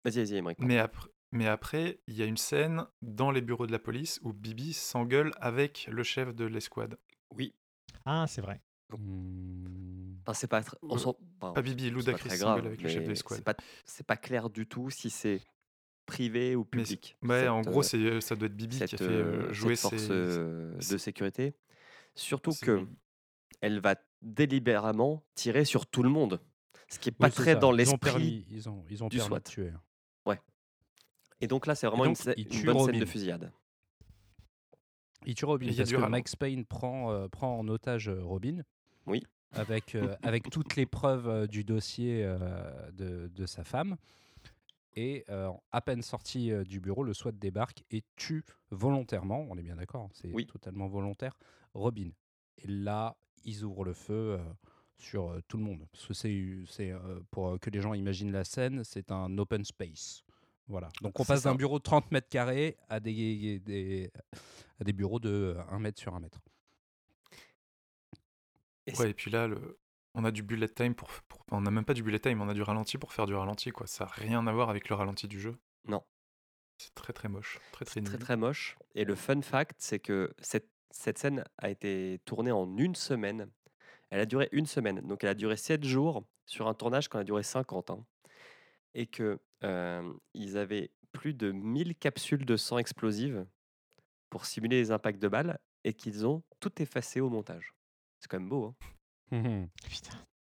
Vas-y, vas-y, Aymeric. Mais après, mais après, il y a une scène dans les bureaux de la police où Bibi s'engueule avec le chef de l'escouade. Oui. Ah, c'est vrai. Hmm. Enfin, c'est pas, tr- on Euh, s'en- enfin, Pas Bibi, c'est pas Ludacris très s'engueule grave, avec le chef de mais c'est l'escouade. pas, c'est pas clair du tout si c'est privé ou Mais c'est- public. ouais, en cette, gros, euh, c'est, euh, ça doit être Bibi qui a cette, fait euh, euh, jouer cette force ses... euh, de ses- sécurité. Surtout ses- que elle va délibérément tirer sur tout le monde, ce qui est pas Oui, c'est très ça. dans Ils ont l'esprit permis, ils ont, ils ont du permis SWAT. de tuer. Ouais. Et donc là, c'est Et vraiment une, donc, scè- il une tue bonne scène de Robin. fusillade. Il tue Et Robin il y a parce du que ralenti. Max Payne prend, euh, prend en otage euh, Robin Oui. avec, euh, avec toutes les preuves euh, du dossier euh, de, de sa femme. Et euh, à peine sorti euh, du bureau, le SWAT débarque et tue volontairement, on est bien d'accord, c'est Oui. totalement volontaire, Robin. Et là, ils ouvrent le feu euh, sur euh, tout le monde. Parce que c'est, c'est euh, pour que les gens imaginent la scène, c'est un open space. Voilà. Donc on C'est passe d'un ça. bureau de trente mètres carrés à des, des, à des bureaux de un mètre sur un mètre. Et c'est- Ouais, et puis là, le... on a du bullet time pour... pour- On n'a même pas du bullet time, on a du ralenti pour faire du ralenti, quoi. Ça n'a rien à voir avec le ralenti du jeu. Non, C'est très très moche, très très c'est très nul. très moche. Et le fun fact, c'est que cette, cette scène a été tournée en une semaine. Elle a duré une semaine. Donc elle a duré sept jours sur un tournage qui en a duré cinquante. Hein. Et que euh, ils avaient plus de mille capsules de sang explosives pour simuler les impacts de balles et qu'ils ont tout effacé au montage. C'est quand même beau. Hein. Putain.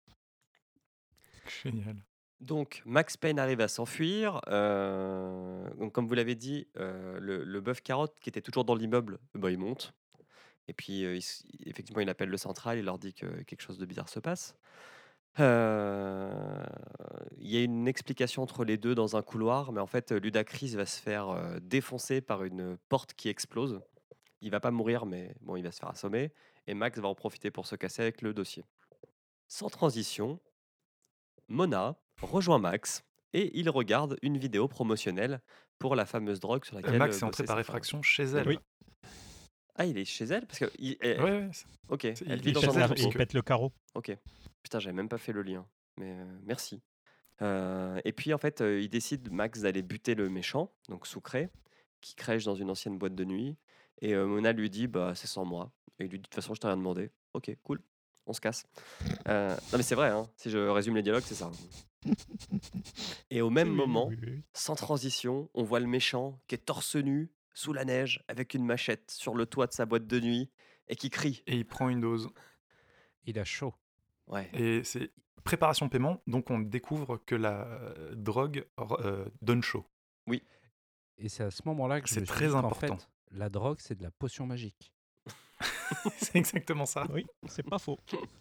Génial. Donc Max Payne arrive à s'enfuir. euh, donc comme vous l'avez dit, euh, le, le bœuf carotte qui était toujours dans l'immeuble, bah, il monte. Et puis euh, il s- effectivement, il appelle le central, il leur dit que quelque chose de bizarre se passe. Euh, Il y a une explication entre les deux dans un couloir, mais en fait, Ludacris va se faire euh, défoncer par une porte qui explose. Il va pas mourir, mais bon, il va se faire assommer. Et Max va en profiter pour se casser avec le dossier. Sans transition, Mona rejoint Max et il regarde une vidéo promotionnelle pour la fameuse drogue sur Euh, laquelle Max euh, est entré bossait par sa femme. réfraction chez elle. Oui. Ah, il est chez elle parce que il- elle- Ouais, ouais, c'est- ok, c'est- elle il- vit il dans chez un elle, Il, parce entrepôt. il que- pète le carreau. Ok, putain, j'avais même pas fait le lien, mais euh, merci. Euh, et puis en fait, euh, il décide Max d'aller buter le méchant, donc Sucré, qui crèche dans une ancienne boîte de nuit. Et euh, Mona lui dit, bah c'est sans moi. Et il lui dit, de toute façon, je t'ai rien demandé. Ok, cool, on se casse. Euh, non mais c'est vrai, hein, si je résume les dialogues, c'est ça. Et au même Oui, oui, moment, oui, oui, oui. sans transition, on voit le méchant qui est torse nu, sous la neige, avec une machette sur le toit de sa boîte de nuit, et qui crie. Et il prend une dose. Il a chaud. Ouais, Et c'est préparation paiement, donc on découvre que la euh, drogue euh, donne chaud. Et c'est à ce moment-là que je C'est me suis très dit qu'en important. fait, la drogue, c'est de la potion magique. C'est exactement ça. Oui, c'est pas faux.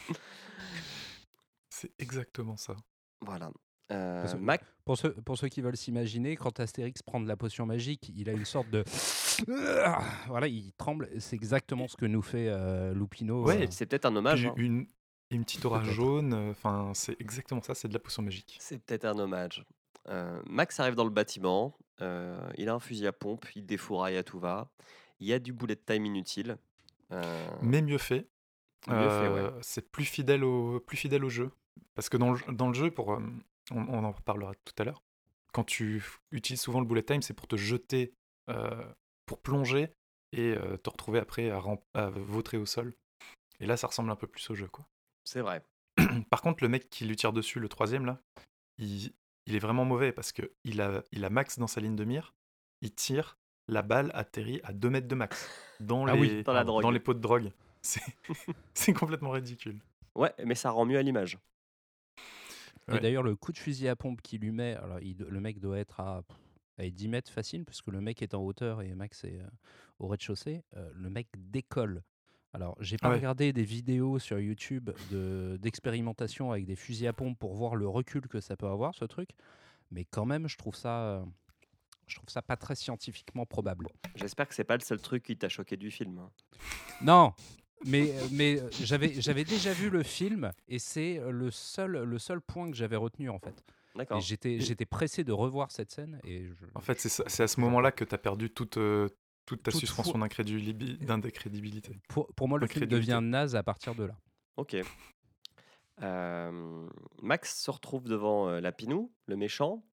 C'est exactement ça. voilà. Euh, Parce que- Mac, Pour ceux, pour ceux qui veulent s'imaginer, quand Astérix prend de la potion magique, il a une sorte de... Voilà, il tremble. C'est exactement ce que nous fait euh, Lupino. Ouais, euh, c'est peut-être un hommage. Puis hein. une, une petite aura Peut-être. jaune, enfin c'est exactement ça, c'est de la potion magique. C'est peut-être un hommage. Euh, Max arrive dans le bâtiment. euh, il a un fusil à pompe. Il défouraille à tout va. Il y a du bullet time inutile. euh, Mais mieux fait. mieux fait, ouais. Euh, C'est plus fidèle au plus fidèle au jeu. Parce que dans le, dans le jeu, pour, euh, on, on en reparlera tout à l'heure, quand tu f- utilises souvent le bullet time, c'est pour te jeter, euh, pour plonger et euh, te retrouver après à, ramp- à vautrer au sol. Et là, ça ressemble un peu plus au jeu, quoi. C'est vrai. Par contre, le mec qui lui tire dessus, le troisième, là, il, il est vraiment mauvais parce que il a, il a Max dans sa ligne de mire, il tire, la balle atterrit à deux mètres de Max, dans, Ah les, oui, dans la drogue. dans les pots de drogue. C'est c'est complètement ridicule. Ouais, mais ça rend mieux à l'image. Et Ouais. d'ailleurs, le coup de fusil à pompe qu'il lui met, alors il do- le mec doit être à, pff, à dix mètres facile, parce que le mec est en hauteur et Max est euh, au rez-de-chaussée. euh, le mec décolle. Alors, j'ai pas Ah ouais. regardé des vidéos sur YouTube de- d'expérimentation avec des fusils à pompe pour voir le recul que ça peut avoir, ce truc. Mais quand même, je trouve ça, euh, je trouve ça pas très scientifiquement probable. J'espère que c'est pas le seul truc qui t'a choqué du film. hein. Non, mais, mais euh, j'avais j'avais déjà vu le film et c'est euh, le seul, le seul point que j'avais retenu en fait. Et D'accord. j'étais j'étais pressé de revoir cette scène et je, En fait, c'est ça- c'est à ce moment-là que tu as perdu toute, euh, toute ta Toute suspension foi- d'incréduli- d'indécrédibilité. pour, pour moi le film Incrédulité. devient naze à partir de là. Ok. Euh, Max se retrouve devant euh, Lapinou, le méchant,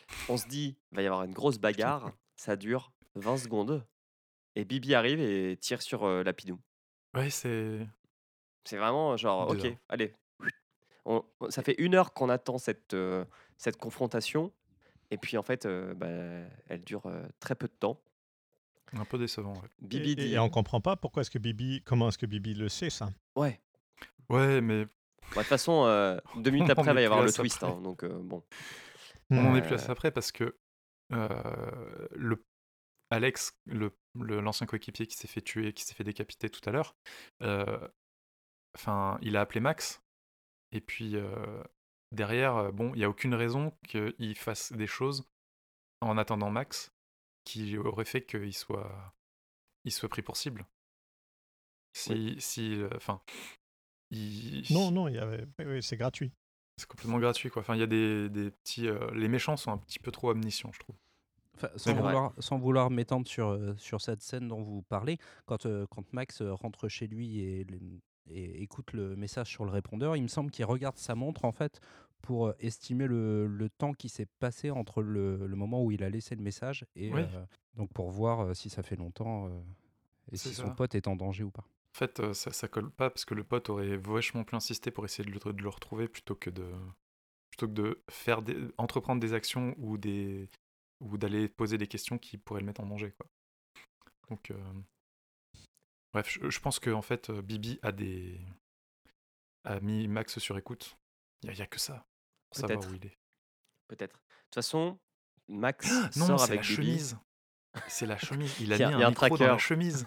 On se dit, il va y avoir une grosse bagarre, ça dure vingt secondes, et Bibi arrive et tire sur euh, Lapidou. Ouais, c'est C'est vraiment genre, ok, bizarre. allez. On- on- ça fait une heure qu'on attend cette, euh, cette confrontation, et puis en fait, euh, bah, elle dure euh, très peu de temps. Un peu décevant, ouais. Bibi Et, et, dit, et on comprend pas pourquoi est-ce que Bibi, comment est-ce que Bibi le sait ça? ouais. Ouais, mais Bon, de toute façon, euh, deux minutes on après, en il va est y plus avoir à le ça twist, près. hein, donc euh, bon. On en est Euh, plus à ça près parce que euh, le Alex, le, le- l'ancien coéquipier qui s'est fait tuer, qui s'est fait décapiter tout à l'heure, euh, enfin, il a appelé Max. Et puis euh, derrière, euh, bon, il n'y a aucune raison qu'il fasse des choses en attendant Max qui aurait fait qu'il soit, il soit pris pour cible. Oui. Si, si, euh, enfin, il- Non, non, il y avait... oui, oui, c'est gratuit. c'est complètement gratuit, quoi. Enfin, il y a des, des petits, euh, les méchants sont un petit peu trop omniscients, je trouve. Enfin, sans, C'est vrai. vouloir, sans vouloir m'étendre sur, euh, sur cette scène dont vous parlez, quand, euh, quand Max euh, rentre chez lui et, les- et écoute le message sur le répondeur, il me semble qu'il regarde sa montre en fait pour euh, estimer le, le temps qui s'est passé entre le, le moment où il a laissé le message et Oui. euh, donc pour voir euh, si ça fait longtemps euh, et C'est si son ça. pote est en danger ou pas. En fait, euh, ça, ça colle pas parce que le pote aurait vachement plus insisté pour essayer de le, de le retrouver plutôt que de, plutôt que de faire des, entreprendre des actions ou des, ou d'aller poser des questions qui pourraient le mettre en danger, quoi. Donc, euh, bref, je, je pense que en fait, euh, Bibi a des, a mis Max sur écoute. Il y, a- y a que ça pour savoir Peut-être. où il est. Peut-être. De toute façon, Max Non, sort c'est la avec Bibi. chemise. C'est la chemise. Il a Il y a, mis il y a un un micro dans tracker. la chemise.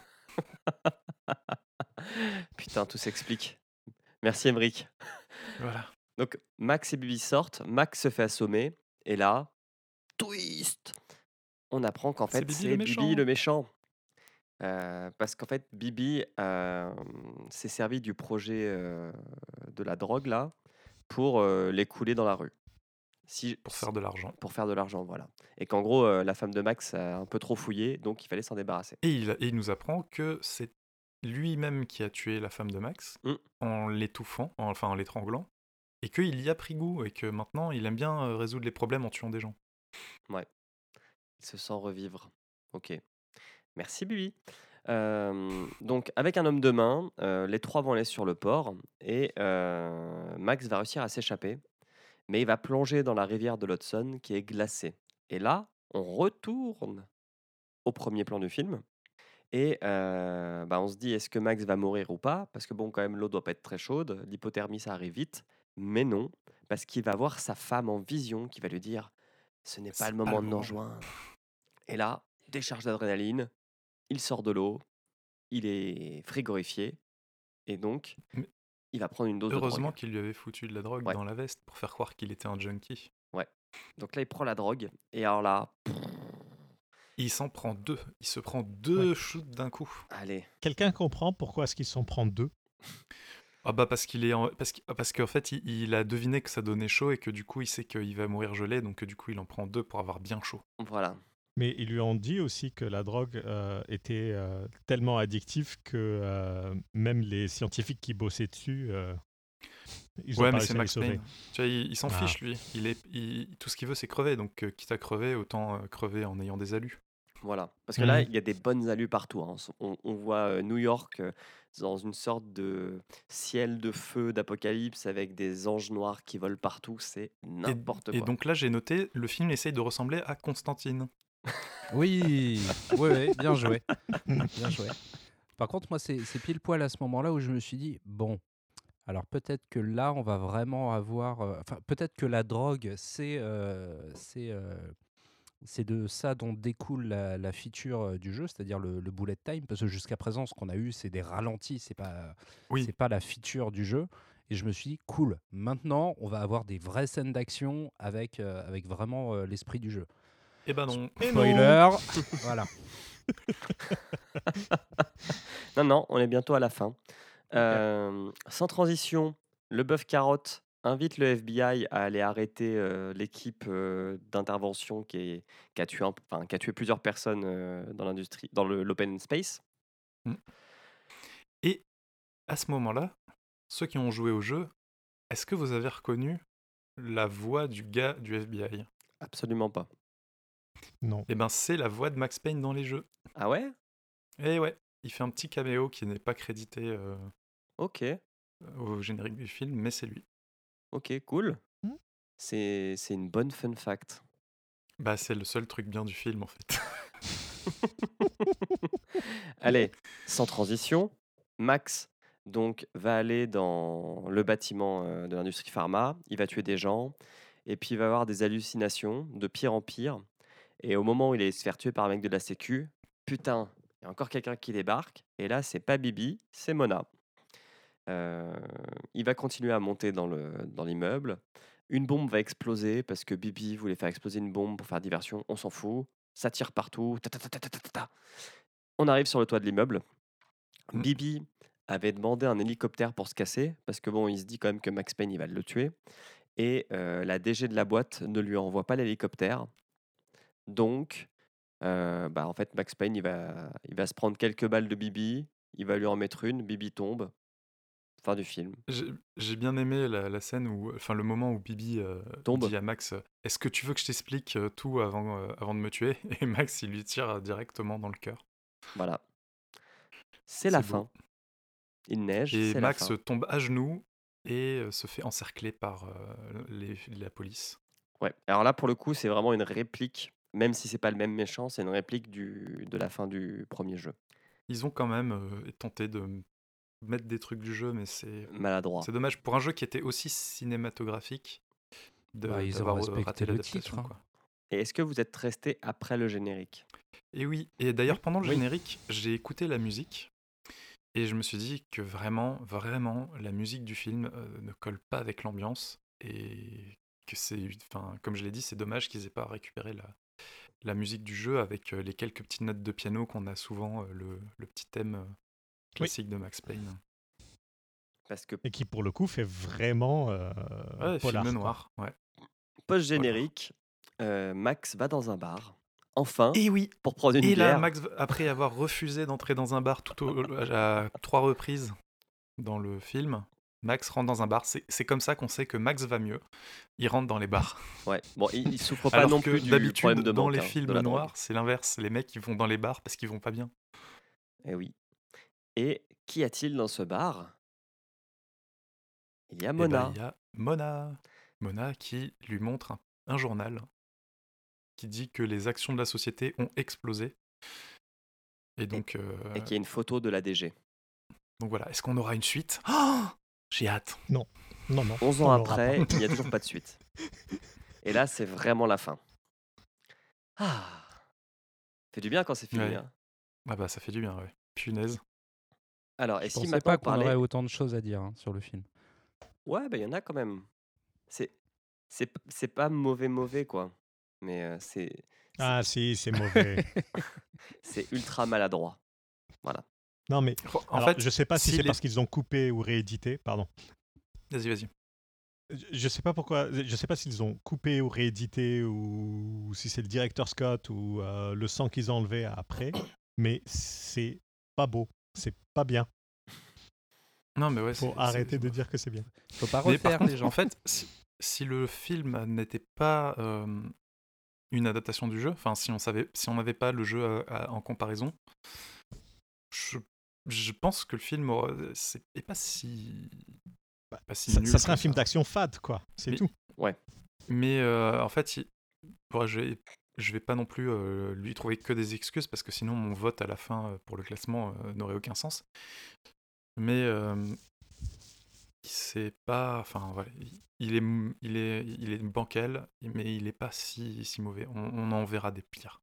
Putain, tout s'explique. Merci, Emric. Voilà. Donc, Max et Bibi sortent. Max se fait assommer. Et là, twist, on apprend qu'en C'est fait, Bibi le c'est Bibi méchant. le méchant. Euh, parce qu'en fait, Bibi euh, s'est servi du projet euh, de la drogue, là, pour euh, l'écouler dans la rue. Si, Pour faire de l'argent. pour faire de l'argent, voilà. Et qu'en gros, euh, la femme de Max a un peu trop fouillé, donc il fallait s'en débarrasser. Et il, et il nous apprend que c'est lui-même qui a tué la femme de Max Mm. en l'étouffant, en- enfin en l'étranglant, et qu'il y a pris goût et que maintenant il aime bien euh, résoudre les problèmes en tuant des gens. Ouais. Il se sent revivre. Ok. Merci, Bibi. Euh, donc, avec un homme de main, euh, les trois vont aller sur le port et euh, Max va réussir à s'échapper, mais il va plonger dans la rivière de l'Hudson qui est glacée. Et là, on retourne au premier plan du film et euh, bah, on se dit est-ce que Max va mourir ou pas? Parce que bon, quand même, l'eau doit pas être très chaude, l'hypothermie ça arrive vite, mais non, parce qu'il va voir sa femme en vision qui va lui dire ce n'est pas C'est le pas moment le de nous moment. rejoindre. Et là, décharge d'adrénaline, il sort de l'eau, il est frigorifié, et donc, Mais il va prendre une dose de heureusement drogue. qu'il lui avait foutu de la drogue Ouais, dans la veste pour faire croire qu'il était un junkie. ouais. Donc là, il prend la drogue, et alors là, Et il s'en prend deux. Il se prend Ouais. deux shoots d'un coup. allez, Quelqu'un comprend pourquoi est-ce qu'ils s'en prennent deux? Ah bah parce qu'il est en- parce qu'- parce qu'en fait il, il a deviné que ça donnait chaud et que du coup il sait qu'il va mourir gelé, donc que du coup il en prend deux pour avoir bien chaud. voilà. Mais ils lui ont dit aussi que la drogue euh, était euh, tellement addictive que euh, même les scientifiques qui bossaient dessus, euh, ils ont Ouais, pas mais c'est réussi à les Max sauver. Payne. Tu vois, il, il s'en Ah. fiche lui. Il est, il- tout ce qu'il veut c'est crever, donc euh, quitte à crever, autant euh, crever en ayant des alus. Voilà. Parce que là, Mhm. il y a des bonnes alus partout, hein. On, on voit euh, New York euh, dans une sorte de ciel de feu d'apocalypse avec des anges noirs qui volent partout. C'est Et, n'importe et quoi. donc là j'ai noté, le film essaye de ressembler à Constantine. Oui, oui, oui, bien joué. Bien joué. Par contre, moi, c'est c'est pile poil à ce moment-là où je me suis dit, bon, alors peut-être que là, on va vraiment avoir... euh, Enfin, peut-être que la drogue, c'est euh, c'est euh, c'est de ça dont découle la, la feature euh, du jeu, c'est-à-dire le, le bullet time, parce que jusqu'à présent, ce qu'on a eu, c'est des ralentis, c'est pas, Oui. c'est pas la feature du jeu. Et je me suis dit, cool, maintenant, on va avoir des vraies scènes d'action avec, euh, avec vraiment euh, l'esprit du jeu. Eh ben non. Et non. Spoiler, voilà. Non, non, on est bientôt à la fin. Euh, sans transition, le bœuf carotte invite le F B I à aller arrêter euh, l'équipe euh, d'intervention qui, est- qui a tué, un- enfin, qui a tué plusieurs personnes euh, dans l'industrie, dans le- l'open space. Mm. Et à ce moment-là, ceux qui ont joué au jeu, est-ce que vous avez reconnu la voix du gars du F B I? Absolument pas. Non. Et ben, c'est la voix de Max Payne dans les jeux. Ah ouais? Et ouais, il fait un petit caméo qui n'est pas crédité euh, Ok, au générique du film, mais c'est lui. ok, cool. Hmm. C'est c'est une bonne fun fact. Bah, c'est le seul truc bien du film, en fait. Allez, sans transition, Max donc va aller dans le bâtiment euh, de l'industrie pharma, il va tuer des gens, et puis il va avoir des hallucinations de pire en pire. Et au moment où il allait se faire tuer par un mec de la sécu, putain, il y a encore quelqu'un qui débarque, et là c'est pas Bibi, c'est Mona. Euh, il va continuer à monter dans le dans l'immeuble. Une bombe va exploser parce que Bibi voulait faire exploser une bombe pour faire diversion, on s'en fout. Ça tire partout. Ta, ta, ta, ta, ta, ta, ta. On arrive sur le toit de l'immeuble. Mm. Bibi avait demandé un hélicoptère pour se casser, parce que bon, il se dit quand même que Max Payne, il va le tuer. Et euh, la D G de la boîte ne lui envoie pas l'hélicoptère. Donc, euh, bah, en fait, Max Payne, il va, il va se prendre quelques balles de Bibi, il va lui en mettre une, Bibi tombe. Fin du film. J'ai j'ai bien aimé la, la scène où, enfin, le moment où Bibi euh, Tombe. dit à Max, euh, est-ce que tu veux que je t'explique euh, tout avant, euh, avant de me tuer? Et Max, il lui tire euh, directement dans le cœur. Voilà. C'est la C'est beau. fin. Il neige, Et c'est la Max fin. tombe à genoux et euh, se fait encercler par euh, les, la police. Ouais. Alors là, pour le coup, c'est vraiment une réplique, même si c'est pas le même méchant, c'est une réplique du, de la fin du premier jeu. Ils ont quand même euh, tenté de m- mettre des trucs du jeu, mais c'est Maladroit. c'est dommage pour un jeu qui était aussi cinématographique de- Bah, ils ont d'avoir euh, respecté raté le l'adaptation, titre, hein. quoi. Et est-ce que vous êtes resté après le générique? Et oui, et d'ailleurs pendant le Oui. générique, j'ai écouté la musique et je me suis dit que vraiment, vraiment, la musique du film euh, ne colle pas avec l'ambiance et que c'est, enfin, comme je l'ai dit, c'est dommage qu'ils aient pas récupéré la, la musique du jeu avec euh, les quelques petites notes de piano qu'on a souvent, euh, le, le petit thème euh, classique de Max Payne. Parce que Et qui, pour le coup, fait vraiment euh, Ouais, polar. film quoi. noir, ouais. post-générique, euh, Max va dans un bar, enfin, Et oui, pour prendre une et là, bière. Max, après avoir refusé d'entrer dans un bar tout au- à trois reprises dans le film, Max rentre dans un bar. C'est c'est comme ça qu'on sait que Max va mieux. Il rentre dans les bars. Ouais. Bon, il, il souffre pas Alors non que plus du d'habitude, problème de dans manque les hein, de films la drogue. noirs, c'est l'inverse. Les mecs, ils vont dans les bars parce qu'ils vont pas bien. Eh oui. Et qu'y a-t-il dans ce bar? Il y a Et bah, Mona. il y a Mona. Mona qui lui montre un, un journal qui dit que les actions de la société ont explosé. Et donc, euh, Et qui a une photo de la D G. donc voilà. Est-ce qu'on aura une suite? Oh, j'ai hâte. Non, non, non. onze on ans l'aura après, pas. il n'y a toujours pas de suite. Et là, c'est vraiment la fin. Ah, fait du bien quand c'est fini. Ouais. Hein. Ah bah, ça fait du bien, ouais. Punaise. Alors, et Je si pensais maintenant pas on qu'on parlait... aurait autant de choses à dire hein, sur le film. Ouais, bah il y en a quand même. C'est c'est p- c'est pas mauvais mauvais quoi. Mais euh, c'est c'est Ah si, c'est mauvais. c'est ultra maladroit. Voilà. Non, mais En alors, fait, je sais pas si si c'est les- parce qu'ils ont coupé ou réédité. Pardon. Vas-y, vas-y. Je- Je sais pas pourquoi. Je sais pas s'ils ont coupé ou réédité ou, ou si c'est le directeur Scott ou euh, le sang qu'ils ont enlevé après. Mais c'est pas beau. C'est pas bien. Non, mais ouais, Faut c'est- arrêter c'est- de dire que c'est bien. Faut pas Mais par refaire contre, les gens. en fait, si, si le film n'était pas euh, une adaptation du jeu, enfin, si on savait, si on n'avait pas le jeu à- à- en comparaison, je, je pense que le film aurait- c'est est pas si, pas si Ça, nul ça serait que un film ça. d'action fade, quoi. C'est Mais- tout. Mais euh, en fait, il- bon, je, vais, je vais pas non plus euh, lui trouver que des excuses parce que sinon mon vote à la fin euh, pour le classement euh, n'aurait aucun sens. Mais euh, c'est pas, enfin voilà, il est, il est, il est bancal, mais il est pas si, si mauvais. On, on en verra des pires.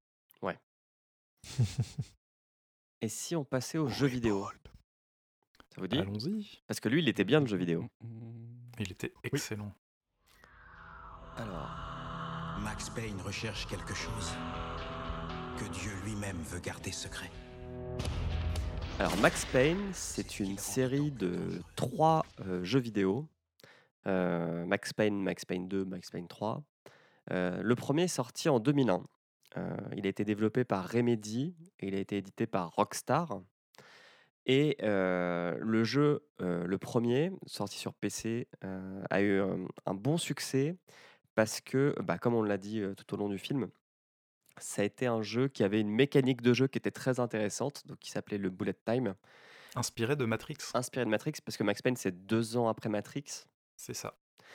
Et si on passait aux jeux vidéo? Ça vous dit? Allons-y. Parce que lui, il était bien le jeu vidéo. Il était excellent. Alors, Max Payne recherche quelque chose que Dieu lui-même veut garder secret. alors Max Payne, c'est une série de trois euh, jeux vidéo. Euh, Max Payne, Max Payne deux, Max Payne trois. Euh, le premier est sorti en deux mille un. Euh, il a été développé par Remedy et il a été édité par Rockstar. Et euh, le jeu, euh, le premier, sorti sur P C, euh, a eu un, un bon succès parce que, bah, comme on l'a dit euh, tout au long du film, ça a été un jeu qui avait une mécanique de jeu qui était très intéressante, donc qui s'appelait le Bullet Time, Inspiré de Matrix, inspiré de Matrix, parce que Max Payne, c'est deux ans après Matrix. c'est ça.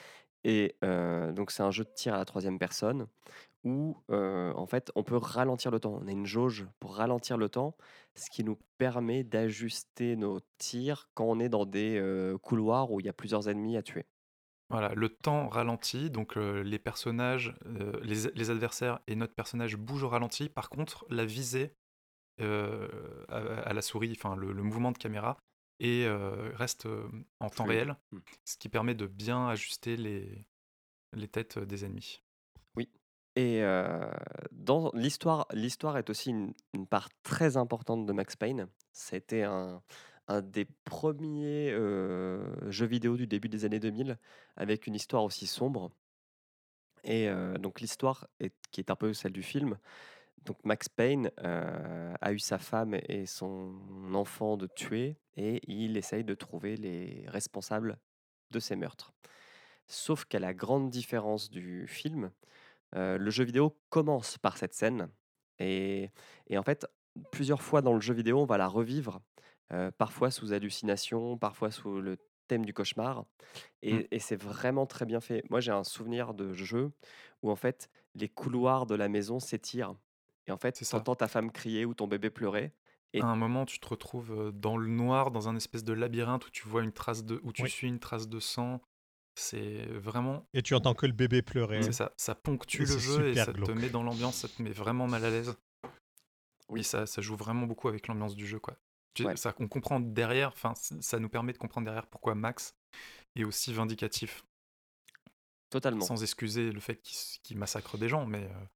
Et euh, donc, c'est un jeu de tir à la troisième personne où, euh, en fait, on peut ralentir le temps. On a une jauge pour ralentir le temps, ce qui nous permet d'ajuster nos tirs quand on est dans des euh, couloirs où il y a plusieurs ennemis à tuer. Voilà, le temps ralentit, donc euh, les personnages, euh, les, les adversaires et notre personnage bougent au ralenti. Par contre, la visée euh, à, à la souris, enfin le, le mouvement de caméra, et euh, reste euh, en temps Fluide. réel, Mm. ce qui permet de bien ajuster les, les têtes des ennemis. Oui. Et euh, dans l'histoire, l'histoire est aussi une, une part très importante de Max Payne. C'était un, un des premiers euh, jeux vidéo du début des années deux mille avec une histoire aussi sombre. Et euh, donc l'histoire, est, qui est un peu celle du film, donc Max Payne euh, a eu sa femme et son enfant de tuer et il essaye de trouver les responsables de ces meurtres. Sauf qu'à la grande différence du film, euh, le jeu vidéo commence par cette scène et, et en fait, plusieurs fois dans le jeu vidéo, on va la revivre, euh, parfois sous hallucination, parfois sous le thème du cauchemar. Mm. Et, et c'est vraiment très bien fait. Moi, j'ai un souvenir de jeu où en fait, les couloirs de la maison s'étirent. Et en fait, C'est ça. t'entends ta femme crier ou ton bébé pleurer. Et À un moment, tu te retrouves euh, dans le noir, dans un espèce de labyrinthe où tu vois une trace de, où tu Oui. suis une trace de sang. C'est vraiment, Et tu entends que le bébé pleurer. c'est ça, ça ponctue Et le c'est jeu et super ça te glauque. met dans l'ambiance, ça te met vraiment mal à l'aise. Oui. Et ça, ça joue vraiment beaucoup avec l'ambiance du jeu, quoi. Tu- Ouais. Ça, on comprend derrière, enfin, c- ça nous permet de comprendre derrière pourquoi Max est aussi vindicatif, Totalement. sans excuser le fait qu'il s- qu'il massacre des gens, mais euh,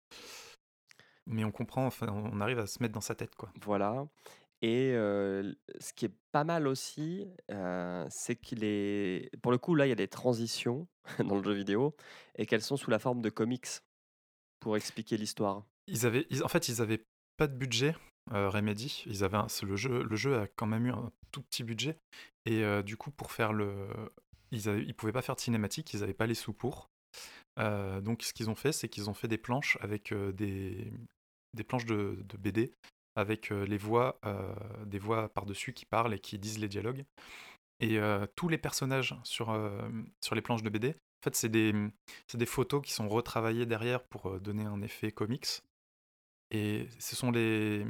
mais on comprend, enfin, on arrive à se mettre dans sa tête, quoi. Voilà. Et euh, l- ce qui est pas mal aussi, euh, c'est qu'il est. Pour le coup, là, il y a des transitions dans le jeu vidéo et qu'elles sont sous la forme de comics pour expliquer l'histoire. Ils avaient, ils- en fait, ils avaient pas de budget, euh, Remedy. Ils avaient un- c'est le jeu, le jeu a quand même eu un tout petit budget et euh, du coup pour faire le, ils avaient, ils pouvaient pas faire de cinématique, ils avaient pas les sous pour. Euh, donc ce qu'ils ont fait, c'est qu'ils ont fait des planches avec euh, des, des planches de, de B D avec euh, les voix, euh, des voix par-dessus qui parlent et qui disent les dialogues. Et euh, tous les personnages sur, euh, sur les planches de B D, en fait, c'est des, c'est des photos qui sont retravaillées derrière pour euh, donner un effet comics. Et ce sont les,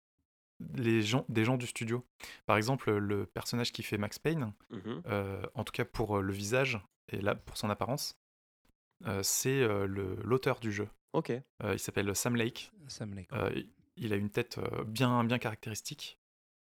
les gens, des gens du studio. Par exemple, le personnage qui fait Max Payne, Mhm. euh, en tout cas pour euh, le visage et là pour son apparence, euh, c'est euh, le- l'auteur du jeu. Ok. Euh, il s'appelle Sam Lake. Sam Lake. Euh, il a une tête euh, bien, bien caractéristique.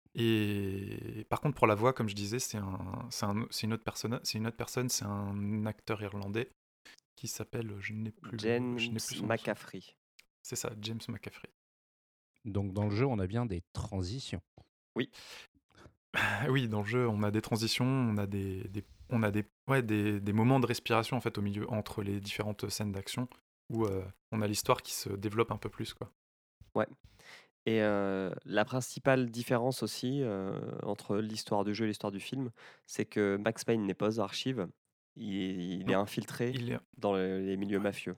Et par contre, pour la voix, comme je disais, c'est un, c'est un- c'est une autre personne. C'est une autre personne. C'est un acteur irlandais qui s'appelle, je n'ai plus, le- James je n'ai plus son nom. McCaffrey. C'est ça, James McCaffrey. Donc dans le jeu, on a bien des transitions. Oui. Oui, dans le jeu, on a des transitions, on a des, des- on a des, ouais, des, des moments de respiration en fait au milieu entre les différentes scènes d'action où euh, on a l'histoire qui se développe un peu plus, quoi. Ouais. Et euh, la principale différence aussi euh, entre l'histoire du jeu et l'histoire du film, c'est que Max Payne n'est pas aux archives, il, il est Non, infiltré il est, dans le- les milieux mafieux.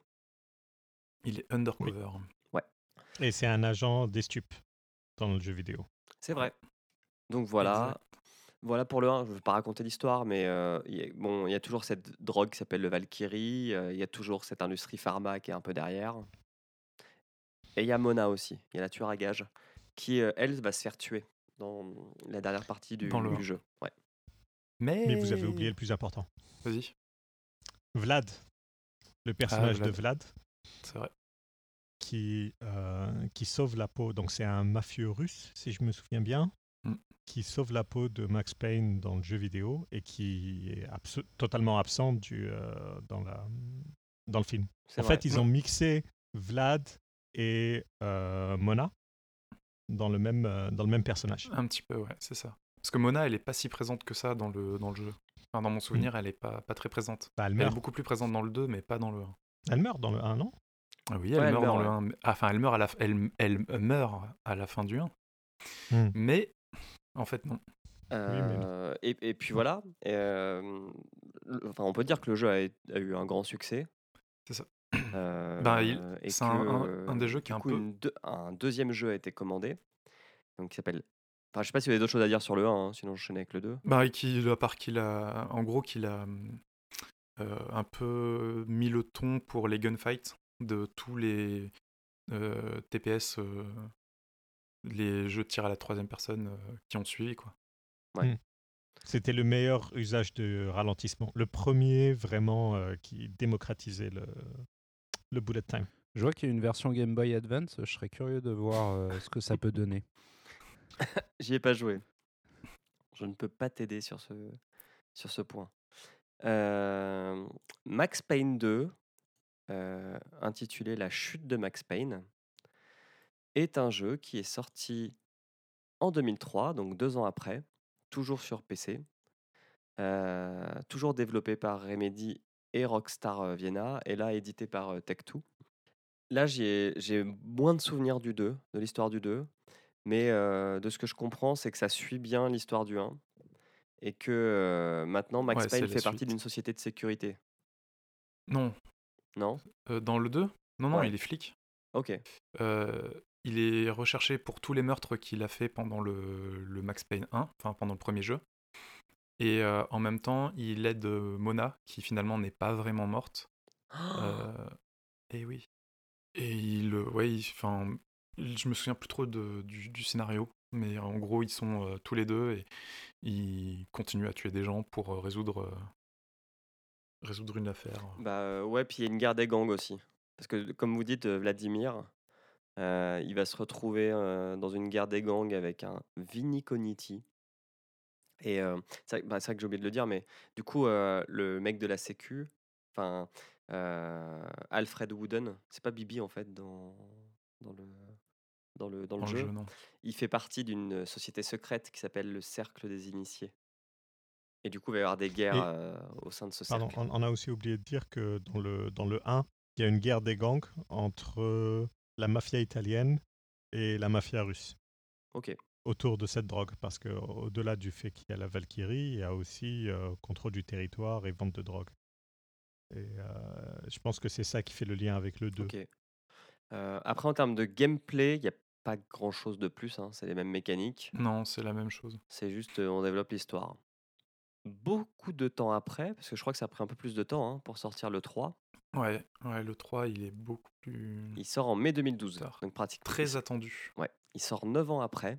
il est undercover. Ouais, Et c'est un agent des stupes dans le jeu vidéo. c'est vrai. Donc voilà, Exact. voilà pour le un. Je ne vais pas raconter l'histoire, mais euh, il y a, bon, il y a toujours cette drogue qui s'appelle le Valkyrie, euh, il y a toujours cette industrie pharma qui est un peu derrière. Et il y a Mona aussi, il y a la tueur à gages, qui, euh, elle, va se faire tuer dans la dernière partie du, Dans le du un. jeu. Ouais. Mais... Mais vous avez oublié le plus important. Vas-y, Vlad, le personnage Vlad. de Vlad, c'est vrai. qui, euh, qui sauve la peau. Donc c'est un mafieux russe, si je me souviens bien, Mm. qui sauve la peau de Max Payne dans le jeu vidéo et qui est abso- totalement absent du, euh, dans, la, dans le film. C'est En vrai. fait, ils ont mixé Vlad et euh, Mona dans le même, euh, dans le même personnage. Un petit peu, ouais, c'est ça. Parce que Mona, elle est pas si présente que ça dans le, dans le jeu. Enfin, dans mon souvenir, elle est pas, pas très présente. Bah, elle Elle est meurt. beaucoup plus présente dans le deux, mais pas dans le un. Elle meurt dans le un, non? Ah oui, elle Ouais, elle meurt dans meurt, le ouais. un. mais- ah, Enfin, elle meurt à la, f- elle, elle meurt à la fin du un. Hmm. Mais, en fait, non. mais non. Euh, et, et puis voilà. Et, euh, le- enfin, on peut dire que le jeu a, a eu un grand succès. C'est ça. Ben, il- euh, et c'est que un, un- un des euh, jeux qui du est un coup peu. une deux- un deuxième jeu a été commandé, donc qui s'appelle. Enfin, je sais pas si vous avez d'autres choses à dire sur le un, hein, sinon j'enchaîne avec le deux. Ben, et qui, à part qu'il a. En gros, qu'il a euh, un peu mis le ton pour les gunfights de tous les euh, T P S, euh, les jeux de tir à la troisième personne euh, qui ont suivi, quoi. Ouais. Hmm. C'était le meilleur usage de ralentissement. Le premier vraiment euh, qui démocratisait le, le bullet time. Je vois qu'il y a une version Game Boy Advance. Je serais curieux de voir euh, ce que ça peut donner. J'y ai pas joué. Je ne peux pas t'aider sur ce, sur ce point. Euh, Max Payne deux, euh, intitulé La chute de Max Payne, est un jeu qui est sorti en deux mille trois, donc deux ans après, toujours sur P C, euh, toujours développé par Remedy et Rockstar euh, Vienna, et là édité par euh, Tech deux. Là, j'ai j'ai moins de souvenirs du deux, de l'histoire du deux, mais euh, de ce que je comprends, c'est que ça suit bien l'histoire du un, et que euh, maintenant Max Ouais, c'est Payne la fait partie suite. d'une société de sécurité. Non. Non? Euh, dans le deux. Non, non, Ouais. il est flic. Ok. Euh, il est recherché pour tous les meurtres qu'il a fait pendant le, le Max Payne un, enfin pendant le premier jeu. Et euh, en même temps, il aide euh, Mona, qui finalement n'est pas vraiment morte. Euh, et oui. Et il, euh, ouais, il- enfin, il- je me souviens plus trop de, du, du scénario, mais en gros, ils sont euh, tous les deux et ils continuent à tuer des gens pour euh, résoudre, euh, résoudre une affaire. Bah euh, ouais, puis il y a une guerre des gangs aussi. Parce que comme vous dites, euh, Vladimir, euh, il va se retrouver euh, dans une guerre des gangs avec un Vinny Cogniti. Et euh, c'est vrai, bah, c'est vrai que j'ai oublié de le dire, mais du coup, euh, le mec de la Sécu, enfin, euh, Alfred Wooden, c'est pas Bibi en fait dans, dans le, dans le, dans le Dans le jeu. jeu, non. Il fait partie d'une société secrète qui s'appelle le Cercle des Initiés. Et du coup, il va y avoir des guerres Et, euh, au sein de ce pardon, cercle. on, on a aussi oublié de dire que dans le, dans le un, il y a une guerre des gangs entre la mafia italienne et la mafia russe Ok. autour de cette drogue. Parce qu'au-delà du fait qu'il y a la Valkyrie, il y a aussi euh, contrôle du territoire et vente de drogue. Et euh, je pense que c'est ça qui fait le lien avec le deux. Ok. Euh, après, en termes de gameplay, il n'y a pas grand-chose de plus, hein, c'est les mêmes mécaniques. Non, c'est la même chose. C'est juste, euh, on développe l'histoire. Beaucoup de temps après, parce que je crois que ça a pris un peu plus de temps hein, pour sortir le trois, Ouais, ouais, le trois, il est beaucoup plus il sort en mai deux mille douze. tard. Donc pratiquement. il Très s- attendu. Ouais, il sort neuf ans après.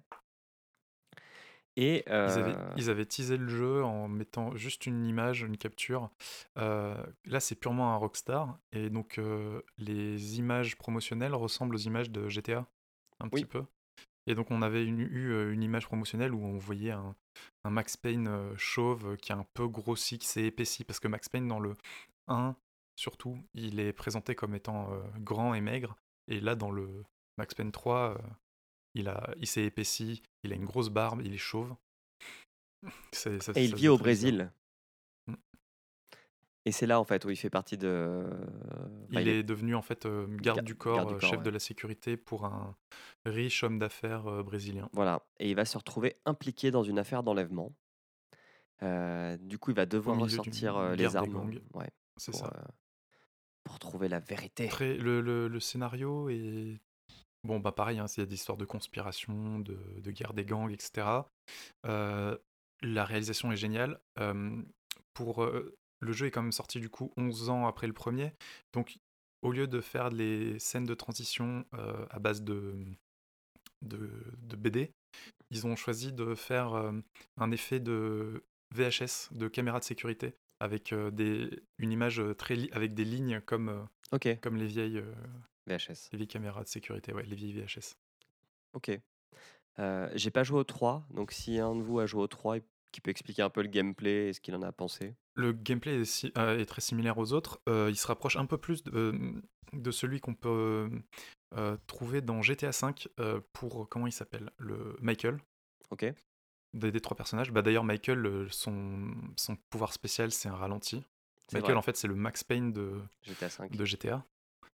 Et Ils avaient, euh, ils avaient teasé le jeu en mettant juste une image, une capture. Euh, là, c'est purement un Rockstar. Et donc, euh, les images promotionnelles ressemblent aux images de G T A, un Oui. petit peu. Et donc, on avait une- eu euh, une image promotionnelle où on voyait un, un Max Payne euh, chauve qui est un peu grossi, qui s'est épaissi. Parce que Max Payne, dans le un, surtout, il est présenté comme étant euh, grand et maigre. Et là, dans le Max Payne trois, euh, il, a, il s'est épaissi, il a une grosse barbe, il est chauve. C'est- ça- et il ça vit faisait au très bizarre. Brésil. Mm. Et c'est là, en fait, où il fait partie de. Enfin, Il est devenu en fait euh, garde Ga- du corps, garde du euh, corps, chef ouais. de la sécurité pour un riche homme d'affaires euh, brésilien. Voilà. Et il va se retrouver impliqué dans une affaire d'enlèvement. Euh, du coup, il va Au devoir milieu ressortir d'une euh, guerre les des armes gangs, ouais, c'est pour, ça. euh, pour trouver la vérité. Très, le, le- le scénario est... Bon, bah pareil, hein, il y a des histoires de conspiration, de, de guerre des gangs, et cetera. Euh, la réalisation est géniale. Euh, pour, euh, le jeu est quand même sorti du coup onze ans après le premier. Donc, au lieu de faire les scènes de transition euh, à base de, de, de B D, ils ont choisi de faire euh, un effet de V H S, de caméra de sécurité, avec euh, des, une image euh, très li- avec des lignes comme, euh, Ok, comme les, vieilles, euh, V H S. les vieilles caméras de sécurité, ouais, les vieilles V H S. Ok. Euh, j'ai pas joué au trois, donc si un de vous a joué au trois, et qui peut expliquer un peu le gameplay et ce qu'il en a pensé. Le gameplay est, si- euh, est très similaire aux autres. Euh, il se rapproche un peu plus de, euh, de celui qu'on peut euh, trouver dans G T A cinq euh, pour, comment il s'appelle, le Michael. Ok. Des, des trois personnages. Bah, d'ailleurs, Michael, euh, son, son pouvoir spécial, c'est un ralenti. C'est Michael, vrai. en fait, c'est le Max Payne de, G T A cinq. de G T A.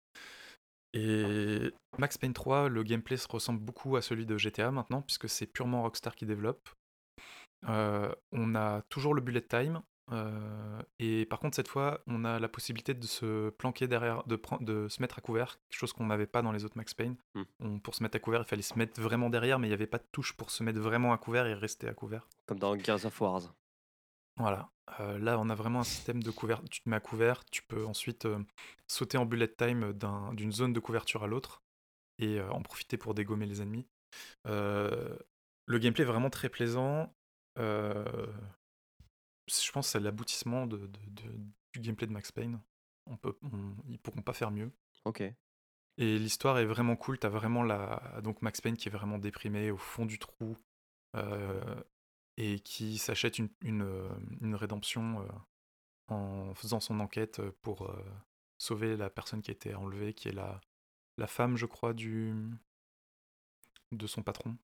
Et Max Payne trois, le gameplay se ressemble beaucoup à celui de G T A maintenant, puisque c'est purement Rockstar qui développe. Euh, on a toujours le bullet time, Euh, et par contre, cette fois, on a la possibilité de se planquer derrière, de, pren- de se mettre à couvert, chose qu'on n'avait pas dans les autres Max Payne. Hmm. On- pour se mettre à couvert, il fallait se mettre vraiment derrière, mais il n'y avait pas de touche pour se mettre vraiment à couvert et rester à couvert. Comme dans Gears of War. Voilà. Euh, là, on a vraiment un système de couvert. Tu te mets à couvert, tu peux ensuite euh, sauter en bullet time d'un- d'une zone de couverture à l'autre et euh, en profiter pour dégommer les ennemis. Euh, le gameplay est vraiment très plaisant. Euh, je pense que c'est l'aboutissement de, de- de- du gameplay de Max Payne. On peut, on- ils pourront pas faire mieux. Ok. Et l'histoire est vraiment cool. T'as vraiment la, donc Max Payne qui est vraiment déprimé au fond du trou euh, et qui s'achète une, une, euh, une rédemption euh, en faisant son enquête pour euh, sauver la personne qui a été enlevée, qui est la, la femme, je crois, du, de son patron.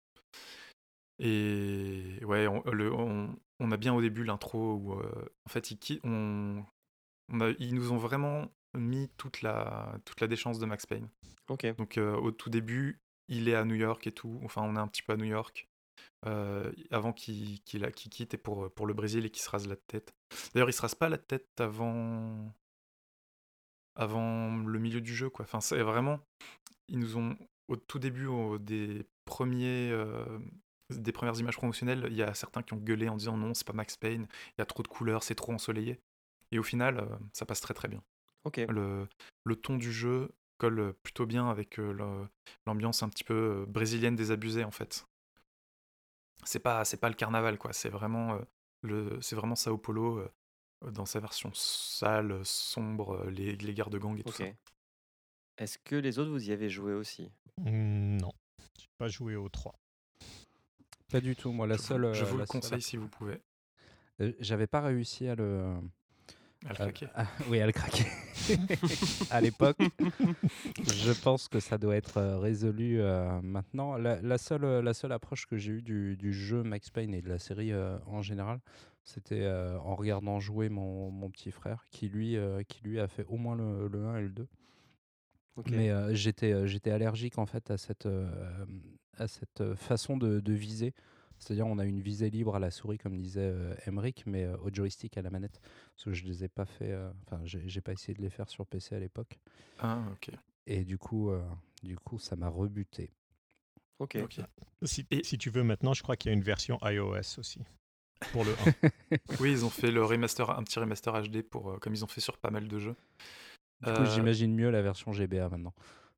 Et ouais, on, le, on, on a bien au début l'intro où euh, en fait ils, qui- on, on a- ils nous ont vraiment mis toute la, toute la déchéance de Max Payne. Ok. Donc euh, au tout début, il est à New York et tout. Enfin, on est un petit peu à New York euh, avant qu'il qu'il a- qu'il quitte et pour, pour le Brésil et qu'il se rase la tête. D'ailleurs, il se rase pas la tête avant avant le milieu du jeu, quoi. Enfin, c'est vraiment, ils nous ont au tout début au- des premiers euh, des premières images promotionnelles, il y a certains qui ont gueulé en disant non, c'est pas Max Payne, il y a trop de couleurs, c'est trop ensoleillé. Et au final, euh, ça passe très très bien. Ok. Le, le ton du jeu colle plutôt bien avec euh, le- l'ambiance un petit peu euh, brésilienne désabusée en fait. C'est pas c'est pas le carnaval quoi, c'est vraiment euh, le c'est vraiment Sao Paulo euh, dans sa version sale, sombre, euh, les, les guerres de gang et tout Ok. ça. Est-ce que les autres, vous y avez joué aussi? Hmm, non, j'ai pas joué au trois. Pas du tout. Moi, la je seule. vous, je euh, vous le la seule conseille app- si vous pouvez. Euh, J'avais pas réussi à le. À le à- craquer. à- oui, à le craquer. À l'époque, je pense que ça doit être euh, résolu euh, maintenant. La, la seule, euh, la seule approche que j'ai eue du, du jeu Max Payne et de la série euh, en général, c'était euh, en regardant jouer mon, mon petit frère, qui lui, euh, qui lui a fait au moins le, le un et le deux. Ok. Mais euh, j'étais, euh, j'étais allergique en fait à cette, euh, à cette euh, façon de, de viser. C'est-à-dire on a une visée libre à la souris comme disait euh, Emmerich, mais euh, au joystick à la manette. Parce que je les ai pas fait, euh, enfin j'ai, j'ai pas essayé de les faire sur P C à l'époque. Ah, ok. Et du coup, euh, du coup ça m'a rebuté. Ok. Ok. Si, Et- si tu veux maintenant, je crois qu'il y a une version iOS aussi pour le un. Oui, ils ont fait le remaster, un petit remaster H D pour, euh, comme ils ont fait sur pas mal de jeux. Du coup Euh, j'imagine mieux la version G B A maintenant.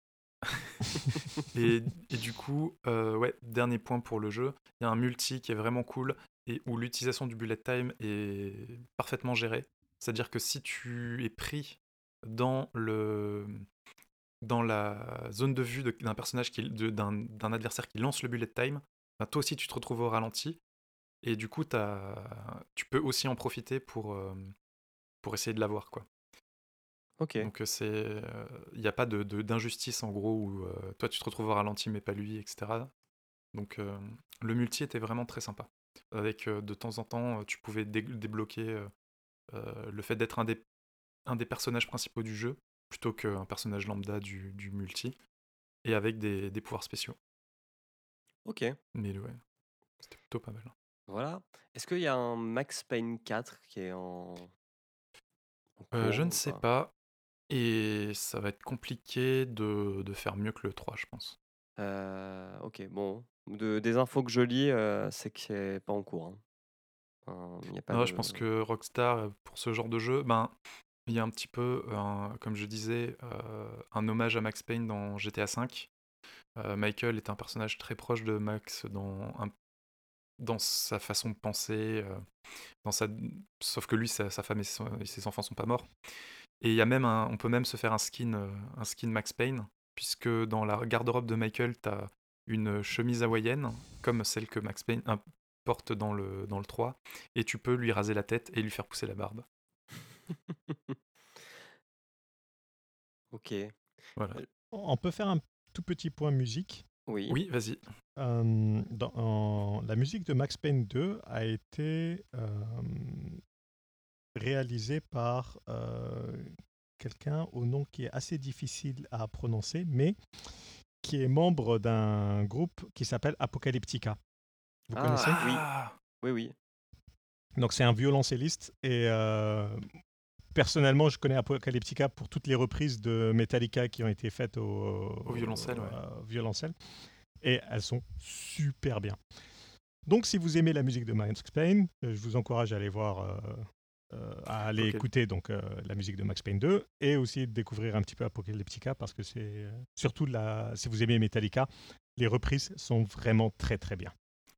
Et, et du coup, euh, ouais, dernier point pour le jeu, il y a un multi qui est vraiment cool et où l'utilisation du bullet time est parfaitement gérée. C'est-à-dire que si tu es pris dans le dans la zone de vue de- d'un personnage qui, de- d'un, d'un adversaire qui lance le bullet time, ben, toi aussi tu te retrouves au ralenti et du coup t'as, tu peux aussi en profiter pour euh, pour essayer de l'avoir quoi. Ok. Donc euh, c'est, il n'y a pas de, de- d'injustice en gros où euh, toi tu te retrouves au ralenti mais pas lui, et cetera. Donc euh, le multi était vraiment très sympa. Avec euh, de temps en temps, euh, tu pouvais dé- débloquer euh, euh, le fait d'être un des, un des personnages principaux du jeu plutôt qu'un personnage lambda du, du multi et avec des, des pouvoirs spéciaux. Ok. Mais ouais, c'était plutôt pas mal. Voilà. Est-ce qu'il y a un Max Payne quatre qui est en, en Euh, cours je ne ou sais pas? pas et ça va être compliqué de, de faire mieux que le trois, je pense. Euh, ok. Bon. De, des infos que je lis, euh, c'est que c'est pas en cours. hein. Enfin, il n'y a pas Non, je de. pense que Rockstar, euh, pour ce genre de jeu, ben, il y a un petit peu, un- comme je disais, euh, un hommage à Max Payne dans G T A cinq. Euh, Michael est un personnage très proche de Max dans, un- dans sa façon de penser, euh, dans sa... sauf que lui, sa, sa femme et, son- et ses enfants sont pas morts. Et il y a même un- on peut même se faire un skin, euh, un skin Max Payne, puisque dans la garde-robe de Michael, tu as une chemise hawaïenne, comme celle que Max Payne hein, porte dans le, dans le trois, et tu peux lui raser la tête et lui faire pousser la barbe. Ok. Voilà. Euh, On peut faire un tout petit point musique. Oui. Oui, vas-y. Euh, dans, en- la musique de Max Payne deux a été euh, réalisée par euh, quelqu'un au nom qui est assez difficile à prononcer, mais qui est membre d'un groupe qui s'appelle Apocalyptica. Vous connaissez? Ah, oui. Ah, Oui, oui. Donc c'est un violoncelliste et euh, personnellement je connais Apocalyptica pour toutes les reprises de Metallica qui ont été faites au, Au violoncelle, ouais. euh, violoncelle et elles sont super bien. Donc si vous aimez la musique de Max Payne, euh, je vous encourage à aller voir, euh, euh, à aller Ok. écouter donc euh, la musique de Max Payne deux et aussi de découvrir un petit peu Apocalyptica parce que c'est euh, surtout la, si vous aimez Metallica, les reprises sont vraiment très très bien.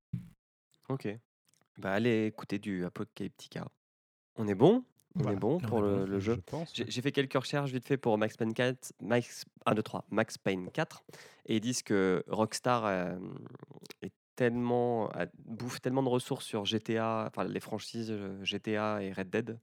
Ok. Bah, allez écouter du Apocalyptica. On est bon On est Voilà. bon On pour est le, bon, le Je jeu. pense. J'ai ouais. j'ai fait quelques recherches vite fait pour Max Payne quatre, Max un, deux, trois, Max Payne quatre, et ils disent que Rockstar euh, est tellement, a- bouffe tellement de ressources sur G T A, enfin les franchises euh, G T A et Red Dead,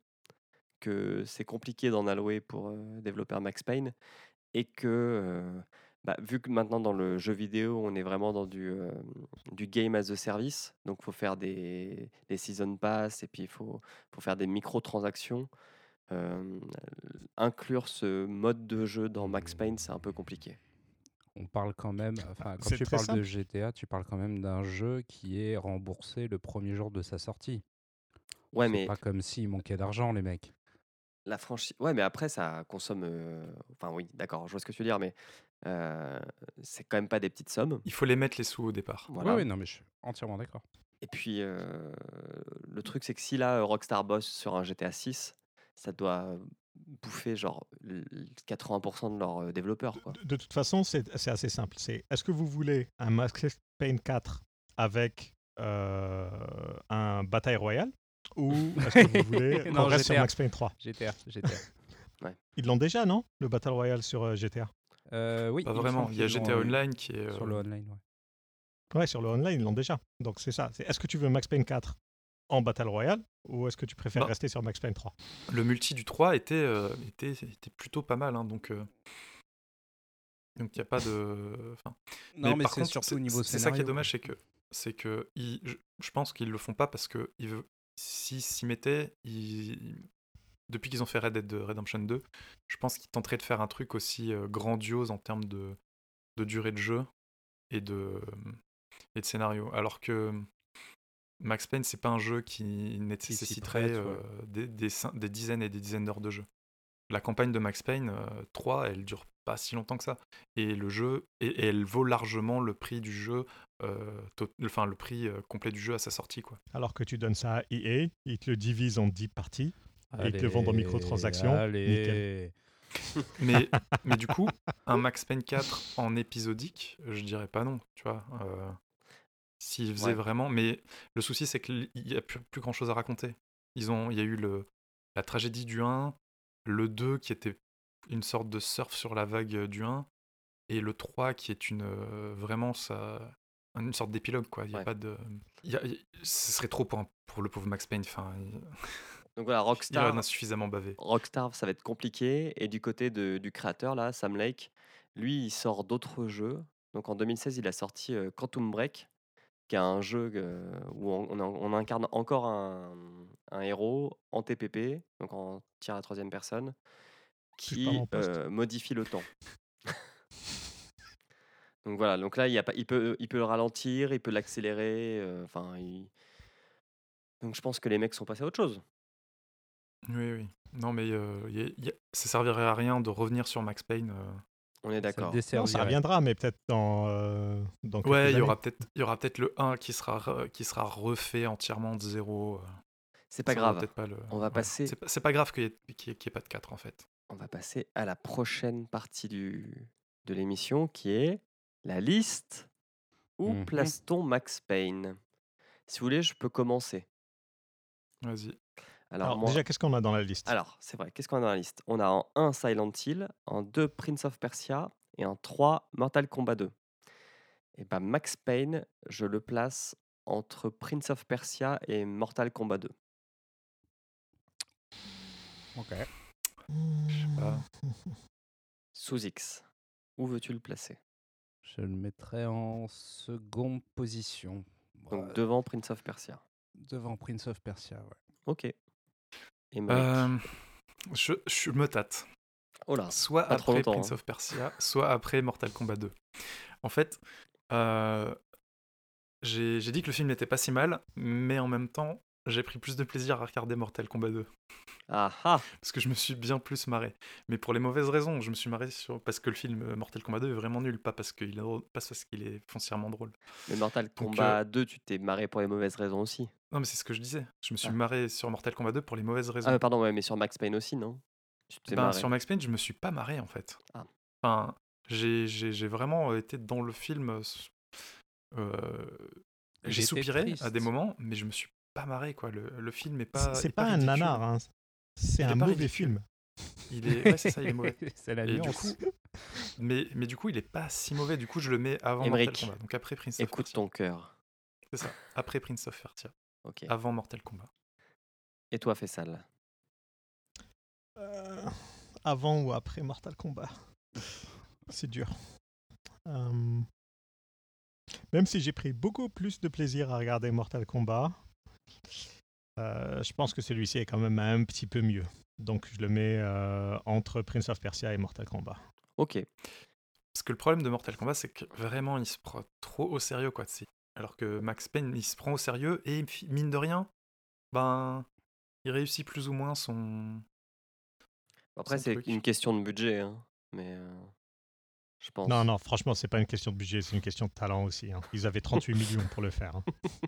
que c'est compliqué d'en allouer pour euh, développer un Max Payne, et que euh, bah, vu que maintenant dans le jeu vidéo on est vraiment dans du, euh, du game as a service, donc il faut faire des, des season pass et puis il faut, faut faire des microtransactions. euh, Inclure ce mode de jeu dans Max Payne, c'est un peu compliqué. On parle quand même, enfin, quand C'est tu très parles de simple. G T A, tu parles quand même d'un jeu qui est remboursé le premier jour de sa sortie. Ouais, C'est mais pas comme s'il manquait d'argent, les mecs. la franchise. Ouais, mais après, ça consomme. euh, Enfin, oui, d'accord, je vois ce que tu veux dire, mais euh, c'est quand même pas des petites sommes. Il faut les mettre les sous au départ. Oui, Voilà. oui, non, mais je suis entièrement d'accord. Et puis, euh, le truc, c'est que si là, Rockstar bosse sur un G T A six, ça doit bouffer genre l- quatre-vingts pour cent de leurs euh, développeurs, quoi. De, de toute façon, c'est c'est assez simple. C'est est-ce que vous voulez un Max Payne quatre avec euh, un bataille royale ou est-ce que vous voulez qu'on Non, reste sur G T A. Max Payne trois? G T A, G T A. Ils l'ont déjà, non? Le Battle Royale sur euh, G T A? Euh, oui, Pas il me vraiment. semble Il y a qu'ils G T l'ont, A euh, Online qui est. sur euh, le online. Ouais. Ouais, sur le online, ils l'ont déjà. Donc c'est ça. C'est, est-ce que tu veux Max Payne quatre en Battle Royale ou est-ce que tu préfères Bah. rester sur Max Payne trois? Le multi du trois était, euh, était, était plutôt pas mal, hein, donc euh, donc il n'y a pas de. Enfin, Non, mais, par c'est contre, surtout c'est, au niveau c'est ça scénario. qui est quoi. dommage, c'est que c'est que ils- je, je pense qu'ils le font pas parce que ils veulent, s'ils s'y mettaient, ils- depuis qu'ils ont fait Red Dead Redemption deux, je pense qu'ils tenteraient de faire un truc aussi euh, grandiose en termes de, de durée de jeu et de et de scénario, alors que Max Payne, c'est pas un jeu qui nécessiterait prête, euh, ouais. des, des, cin- des dizaines et des dizaines d'heures de jeu. La campagne de Max Payne euh, trois, elle dure pas si longtemps que ça. Et le jeu, et, et elle vaut largement le prix du jeu, euh, to- enfin le prix euh, complet du jeu à sa sortie, quoi. Alors que tu donnes ça à E A, ils te le divisent en dix parties et ils te le vendent en Allez, microtransactions. Nickel. allez. Mais, mais du coup, un Max Payne quatre en épisodique, je dirais pas non, tu vois. Euh, S'ils faisaient Ouais. vraiment. Mais le souci, c'est qu'il n'y a plus, plus grand chose à raconter. Ils ont, il y a eu le, la tragédie du un, le deux qui était une sorte de surf sur la vague euh, du un, et le trois qui est une euh, vraiment ça, une sorte d'épilogue, quoi. Il y a Ouais. pas de. il Y a, il- ce serait trop pour, un- pour le pauvre Max Payne. Enfin, il, Donc voilà, il en Rockstar, a suffisamment bavé. Rockstar, ça va être compliqué. Et du côté de- du créateur, là, Sam Lake, lui, il sort d'autres jeux. Donc en deux mille seize, il a sorti euh, Quantum Break, qui est un jeu euh, où on, on- on incarne encore un, un héros en T P P, donc en tir à la troisième personne, Touche pas à mon qui poste. euh, modifie le temps. Donc voilà, donc là, il, y a pas, il, peut, il peut le ralentir, il peut l'accélérer. euh, Enfin, il- donc je pense que les mecs sont passés à autre chose. Oui, oui. Non, mais euh, il y a- il y a- ça servirait à rien de revenir sur Max Payne. euh. On est Ça d'accord. Non, ça desservirait. reviendra, mais peut-être dans, euh, dans quelques Ouais, il y années. aura peut-être, il y aura peut-être le un qui sera, re- qui sera refait entièrement de zéro. euh. C'est pas Ça vaudra grave. peut-être pas le. On va voilà. passer, C'est pas, c'est pas grave qu'il n'y ait, qu'il y ait- qu'il y ait pas de quatre en fait. on va passer à la prochaine partie du, de l'émission qui est la liste. Où Mhm. place-t-on Max Payne? Si vous voulez, je peux commencer. Vas-y. Alors, Alors, moi, déjà, qu'est-ce qu'on a dans la liste? alors c'est vrai, qu'est-ce qu'on a dans la liste? On a en un Silent Hill, en deux Prince of Persia et en trois Mortal Kombat deux. Et ben Max Payne, je le place entre Prince of Persia et Mortal Kombat deux. Ok. Je sais pas. Sous X, où veux-tu le placer? Je le mettrais en seconde position. Donc Ouais, devant Prince of Persia. devant Prince of Persia, ouais. Ok. Et Mike. Euh, je, je me tâte. Oh là, Soit pas trop après longtemps, Prince hein. of Persia, soit après Mortal Kombat deux. En fait, euh, j'ai j'ai dit que le film n'était pas si mal, mais en même temps, j'ai pris plus de plaisir à regarder Mortal Kombat deux. Ah ah! Parce que je me suis bien plus marré. Mais pour les mauvaises raisons, je me suis marré sur... parce que le film euh, Mortal Kombat deux est vraiment nul, pas parce qu'il est, drôle- pas parce qu'il est foncièrement drôle. Mais Mortal Donc, Kombat deux, tu t'es marré pour les mauvaises raisons aussi. non, mais c'est ce que je disais. Je me suis Ah. marré sur Mortal Kombat deux pour les mauvaises Ah, raisons. mais pardon, ouais, mais sur Max Payne aussi, non? Tu t'es Ben, marré. sur Max Payne, je me suis pas marré en fait. Ah. Enfin, j'ai, j'ai, j'ai vraiment été dans le film. euh, s- euh, j'ai J'étais soupiré triste. à des moments, mais je me suis pas marré quoi. Le, le film est C'est pas. c'est est pas un ridicule. nanar, hein. C'est Il est un pas mauvais ridicule. film. Il est. Ouais, c'est ça, il est mauvais. C'est la Et du nuance. coup, mais, mais du coup, il est pas si mauvais. Du coup, je le mets avant Aymeric, Mortal Kombat. Donc après Prince of Écoute Persia. ton cœur. C'est ça. Après Prince of Persia. Ok. Avant Mortal Kombat. Et toi, Faisal? Euh, avant ou après Mortal Kombat. C'est dur. Euh, Même si j'ai pris beaucoup plus de plaisir à regarder Mortal Kombat, euh, je pense que celui-ci est quand même un petit peu mieux. Donc je le mets euh, entre Prince of Persia et Mortal Kombat. Ok. Parce que le problème de Mortal Kombat, c'est que vraiment, il se prend trop au sérieux, quoi. C'est- Alors que Max Payne, il se prend au sérieux et fi- mine de rien, ben, il réussit plus ou moins son. Après, Son c'est truc. une question de budget, hein. Mais euh, je pense. Non, non, franchement, c'est pas une question de budget, c'est une question de talent aussi. Hein. Ils avaient trente-huit millions pour le faire. Hein.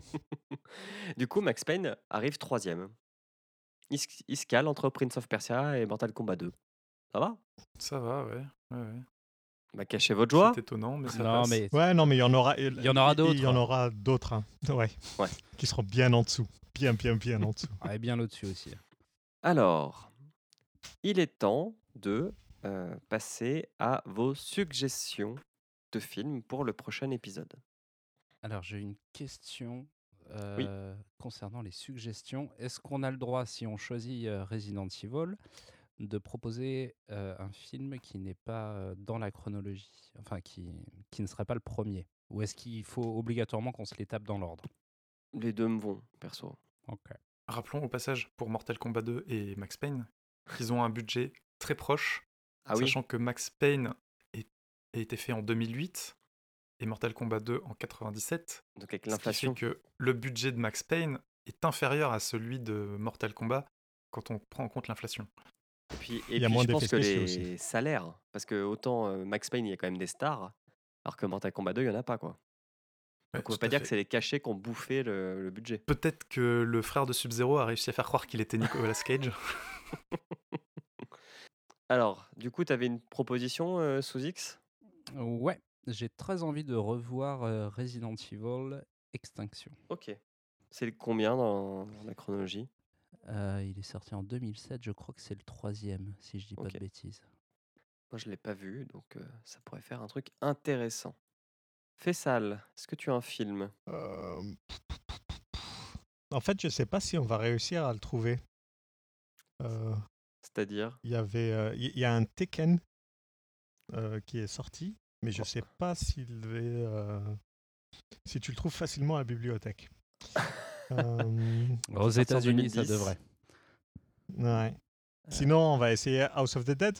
Du coup, Max Payne arrive troisième. Il, se- il se cale entre Prince of Persia et Mortal Kombat deux. Ça va? Ça va, ouais. ouais, ouais. Bah, cachez votre joie. C'est étonnant, mais ça Non, passe. mais Ouais, non, mais il y en aura. Il y en aura Il y d'autres. en aura d'autres. Hein. Ouais. Ouais. Qui seront bien en dessous. Bien, bien, bien en dessous. ah, et bien au-dessus aussi. Alors, il est temps de euh, passer à vos suggestions de films pour le prochain épisode. Alors, j'ai une question Oui. euh, concernant les suggestions. Est-ce qu'on a le droit, si on choisit euh, Resident Evil, de proposer euh, un film qui n'est pas euh, dans la chronologie, enfin qui, qui ne serait pas le premier? Ou est-ce qu'il faut obligatoirement qu'on se les tape dans l'ordre? Les deux me vont, perso. Ok. Rappelons au passage pour Mortal Kombat deux et Max Payne qu'ils ont un budget très proche, Ah oui, sachant que Max Payne est- a été fait en deux mille huit et Mortal Kombat deux en quatre-vingt-dix-sept. donc avec Ce qui fait l'inflation. que le budget de Max Payne est inférieur à celui de Mortal Kombat quand on prend en compte l'inflation. Et puis, et Il y a puis moins je pense d'effets que spéciaux les aussi. salaires, parce que autant euh, Max Payne, il y a quand même des stars, alors que Mortal Kombat deux, il n'y en a pas, quoi. Ouais, Donc on peut tout pas à dire fait. que c'est les cachets qui ont bouffé le, le budget. Peut-être que le frère de Sub-Zero a réussi à faire croire qu'il était Nicolas Cage. Alors, du coup, tu avais une proposition, euh, sous X? Ouais, j'ai très envie de revoir euh, Resident Evil Extinction. Ok. C'est le combien dans, dans la chronologie? Euh, il est sorti en deux mille sept, je crois que c'est le troisième, si je dis pas Ok. de bêtises. Moi, je l'ai pas vu, donc euh, ça pourrait faire un truc intéressant. Faisal, est-ce que tu as un film? Euh, En fait, je sais pas si on va réussir à le trouver. Euh, C'est-à-dire? Il y avait, euh, il y a un Tekken euh, qui est sorti, mais je Oh. sais pas s'il est, euh, si tu le trouves facilement à la bibliothèque. Euh, Aux sorti en États-Unis, ça deux mille dix. devrait. ouais. Sinon, on va essayer House of the Dead,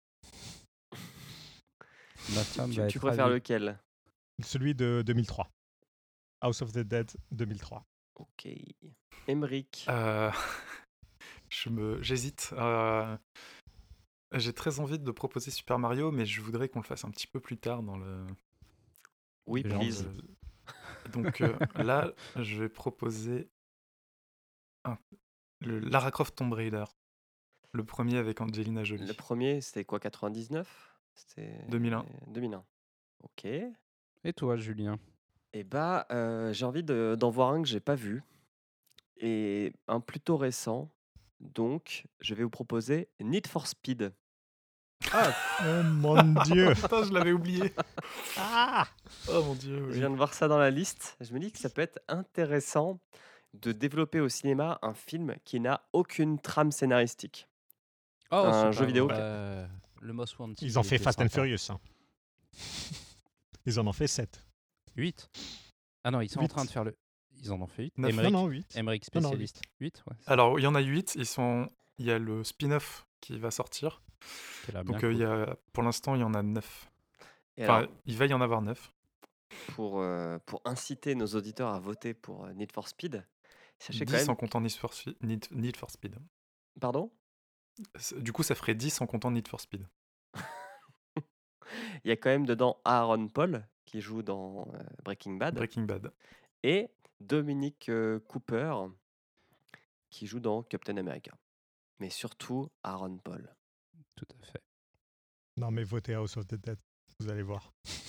Ma femme Tu, va tu être préfères ravie. lequel? celui de deux mille trois. House of the Dead deux mille trois. Ok. Aymeric. Euh, je me, j'hésite. Euh, j'ai très envie de proposer Super Mario, mais je voudrais qu'on le fasse un petit peu plus tard dans le. Oui, Genre, dans please. le- Donc euh, là, je vais proposer un- le Lara Croft Tomb Raider, le premier avec Angelina Jolie. Le premier, c'était quoi, quatre-vingt-dix-neuf? C'était deux mille un. deux mille un. Ok. Et toi, Julien? Et bah, euh, j'ai envie de- d'en voir un que j'ai pas vu. Et un plutôt récent. Donc, je vais vous proposer Need for Speed. Oh mon dieu! Putain, je l'avais oublié. Ah! Oh mon dieu. Je oui. viens de voir ça dans la liste. Je me dis que ça peut être intéressant de développer au cinéma un film qui n'a aucune trame scénaristique. Oh, Un c'est jeu pas vidéo. vrai. Euh, le Most Wanted. Ils ont il fait était Fast and sympa. Furious. Hein. Ils en ont fait sept. huit. Ah non, ils sont en Huit. train de faire le. Ils en ont fait huit. Neuf. Emmerich, Non, non, huit. Emmerich Non, non, spécialiste. huit, ouais. c'est- Alors, il y en a huit. Ils sont. Il y a le spin-off qui va sortir. qui a l'air bien Donc, euh, il cool. y a... pour l'instant, il y en a neuf. Et Enfin, alors, il va y en avoir neuf. pour, euh, pour inciter nos auditeurs à voter pour euh, Need for Speed, Sachez quand dix même. en comptant Need for, Spi- Need, Need for Speed. Pardon? C'est- Du coup, ça ferait dix en comptant Need for Speed. Il y a quand même dedans Aaron Paul qui joue dans euh, Breaking Bad Breaking Bad. et Dominic euh, Cooper qui joue dans Captain America. Mais surtout Aaron Paul. Tout à fait. Non, mais votez House of the Dead. Vous allez voir.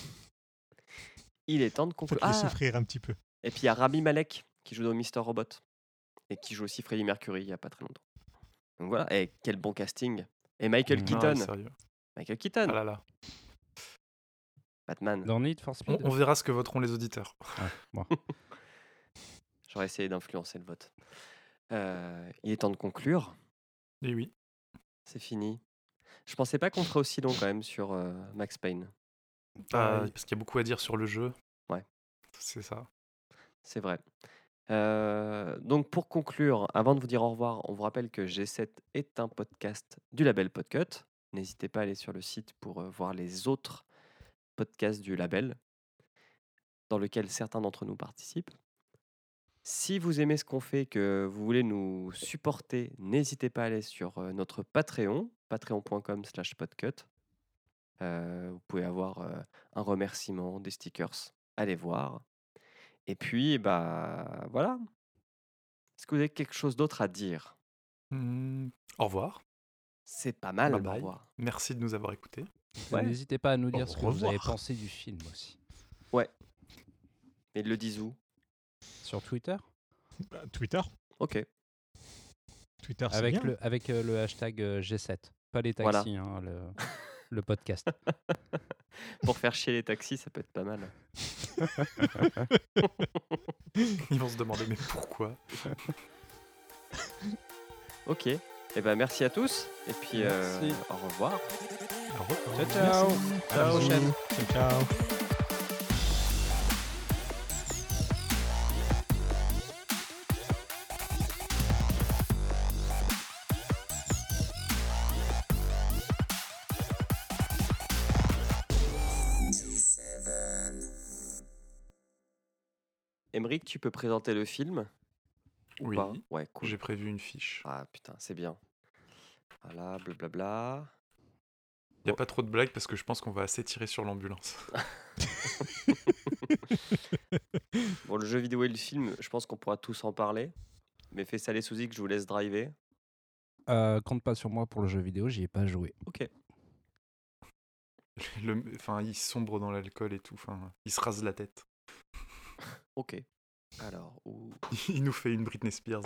Il est temps de conclure. Faites-les Ah, souffrir un petit peu. et puis il y a Rami Malek qui joue dans Mister Robot et qui joue aussi Freddie Mercury il y a pas très longtemps. Donc voilà, et quel bon casting. Et Michael Mm. Ah, Keaton. sérieux. Michael Keaton, Ah là là. Batman. Dans Need for On, Speed. on verra ce que voteront les auditeurs. Ouais, bon. J'aurais essayé d'influencer le vote. Euh, il est temps de conclure. Et oui. C'est fini. Je pensais pas qu'on ferait aussi long quand même sur euh, Max Payne. Ah, Pareil. parce qu'il y a beaucoup à dire sur le jeu. Ouais. C'est ça. C'est vrai. Euh, donc pour conclure, avant de vous dire au revoir, on vous rappelle que G sept est un podcast du label Podcut. N'hésitez pas à aller sur le site pour euh, voir les autres podcasts du label, dans lequel certains d'entre nous participent. Si vous aimez ce qu'on fait, que vous voulez nous supporter, n'hésitez pas à aller sur euh, notre Patreon, patreon point com slash podcut. Euh, vous pouvez avoir euh, un remerciement, des stickers, allez voir. Et puis, bah voilà. Est-ce que vous avez quelque chose d'autre à dire? Hmm, Au revoir. C'est pas mal, Bye au bye. revoir. Merci de nous avoir écoutés. Ouais. N'hésitez pas à nous Au dire ce que vous avez revoir. pensé du film aussi. Ouais. Mais ils le disent où? Sur Twitter, Bah, Twitter. Ok. Twitter, c'est avec bien. le, avec euh, le hashtag euh, G sept. Pas les Voilà. taxis, hein, le, le podcast. Pour faire chier les taxis, ça peut être pas mal. Ils vont se demander mais pourquoi. Ok. Et ben merci à tous. Et puis euh, Merci. au revoir. Au revoir. Ciao, ciao. Merci. À la prochaine. Ciao, ciao. Émeric, tu peux présenter le film ou Oui. pas? Ouais, cool. J'ai prévu une fiche. Ah putain, c'est bien. Voilà, blablabla. Il n'y a pas trop de blagues parce que je pense qu'on va assez tirer sur l'ambulance. Bon, le jeu vidéo et le film, je pense qu'on pourra tous en parler. Mais fais ça les sous que je vous laisse driver. Euh, compte pas sur moi pour le jeu vidéo, j'y ai pas joué. Ok. Le, enfin, il sombre dans l'alcool et tout. Enfin, il se rase la tête. Ok. Alors, où... Il nous fait une Britney Spears.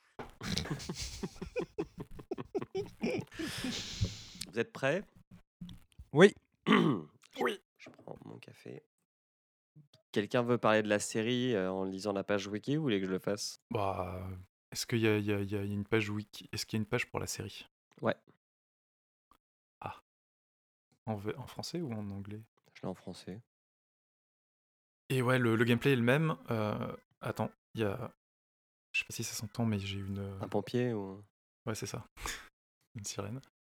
vous êtes prêts? Oui. Oui. Je prends mon café. Quelqu'un veut parler de la série euh, en lisant la page wiki ou vous voulez que je le fasse? Bah, est-ce qu'il y a, il y a- il y a une page wiki? Est-ce qu'il y a une page pour la série? Ouais. Ah. En, v- en français ou en anglais? Je l'ai en français. Et ouais, le, le gameplay est le même. Euh, attends, il y a... Je sais pas si ça s'entend, mais j'ai une... Un pompier ou... Ouais, c'est ça. Une sirène.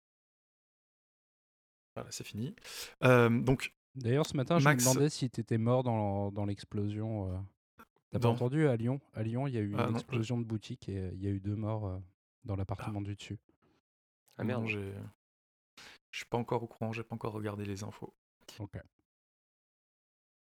Voilà, c'est fini. Euh, donc, D'ailleurs, ce matin, je Max- me demandais si tu étais mort dans, dans l'explosion. euh. T'as pas Dans- entendu à Lyon? À Lyon, il y a eu Ah, une non. explosion de boutique et euh, il y a eu deux morts euh, dans l'appartement du dessus. Ah merde. non, j'ai... Je suis pas encore au courant, j'ai pas encore regardé les infos. Ok.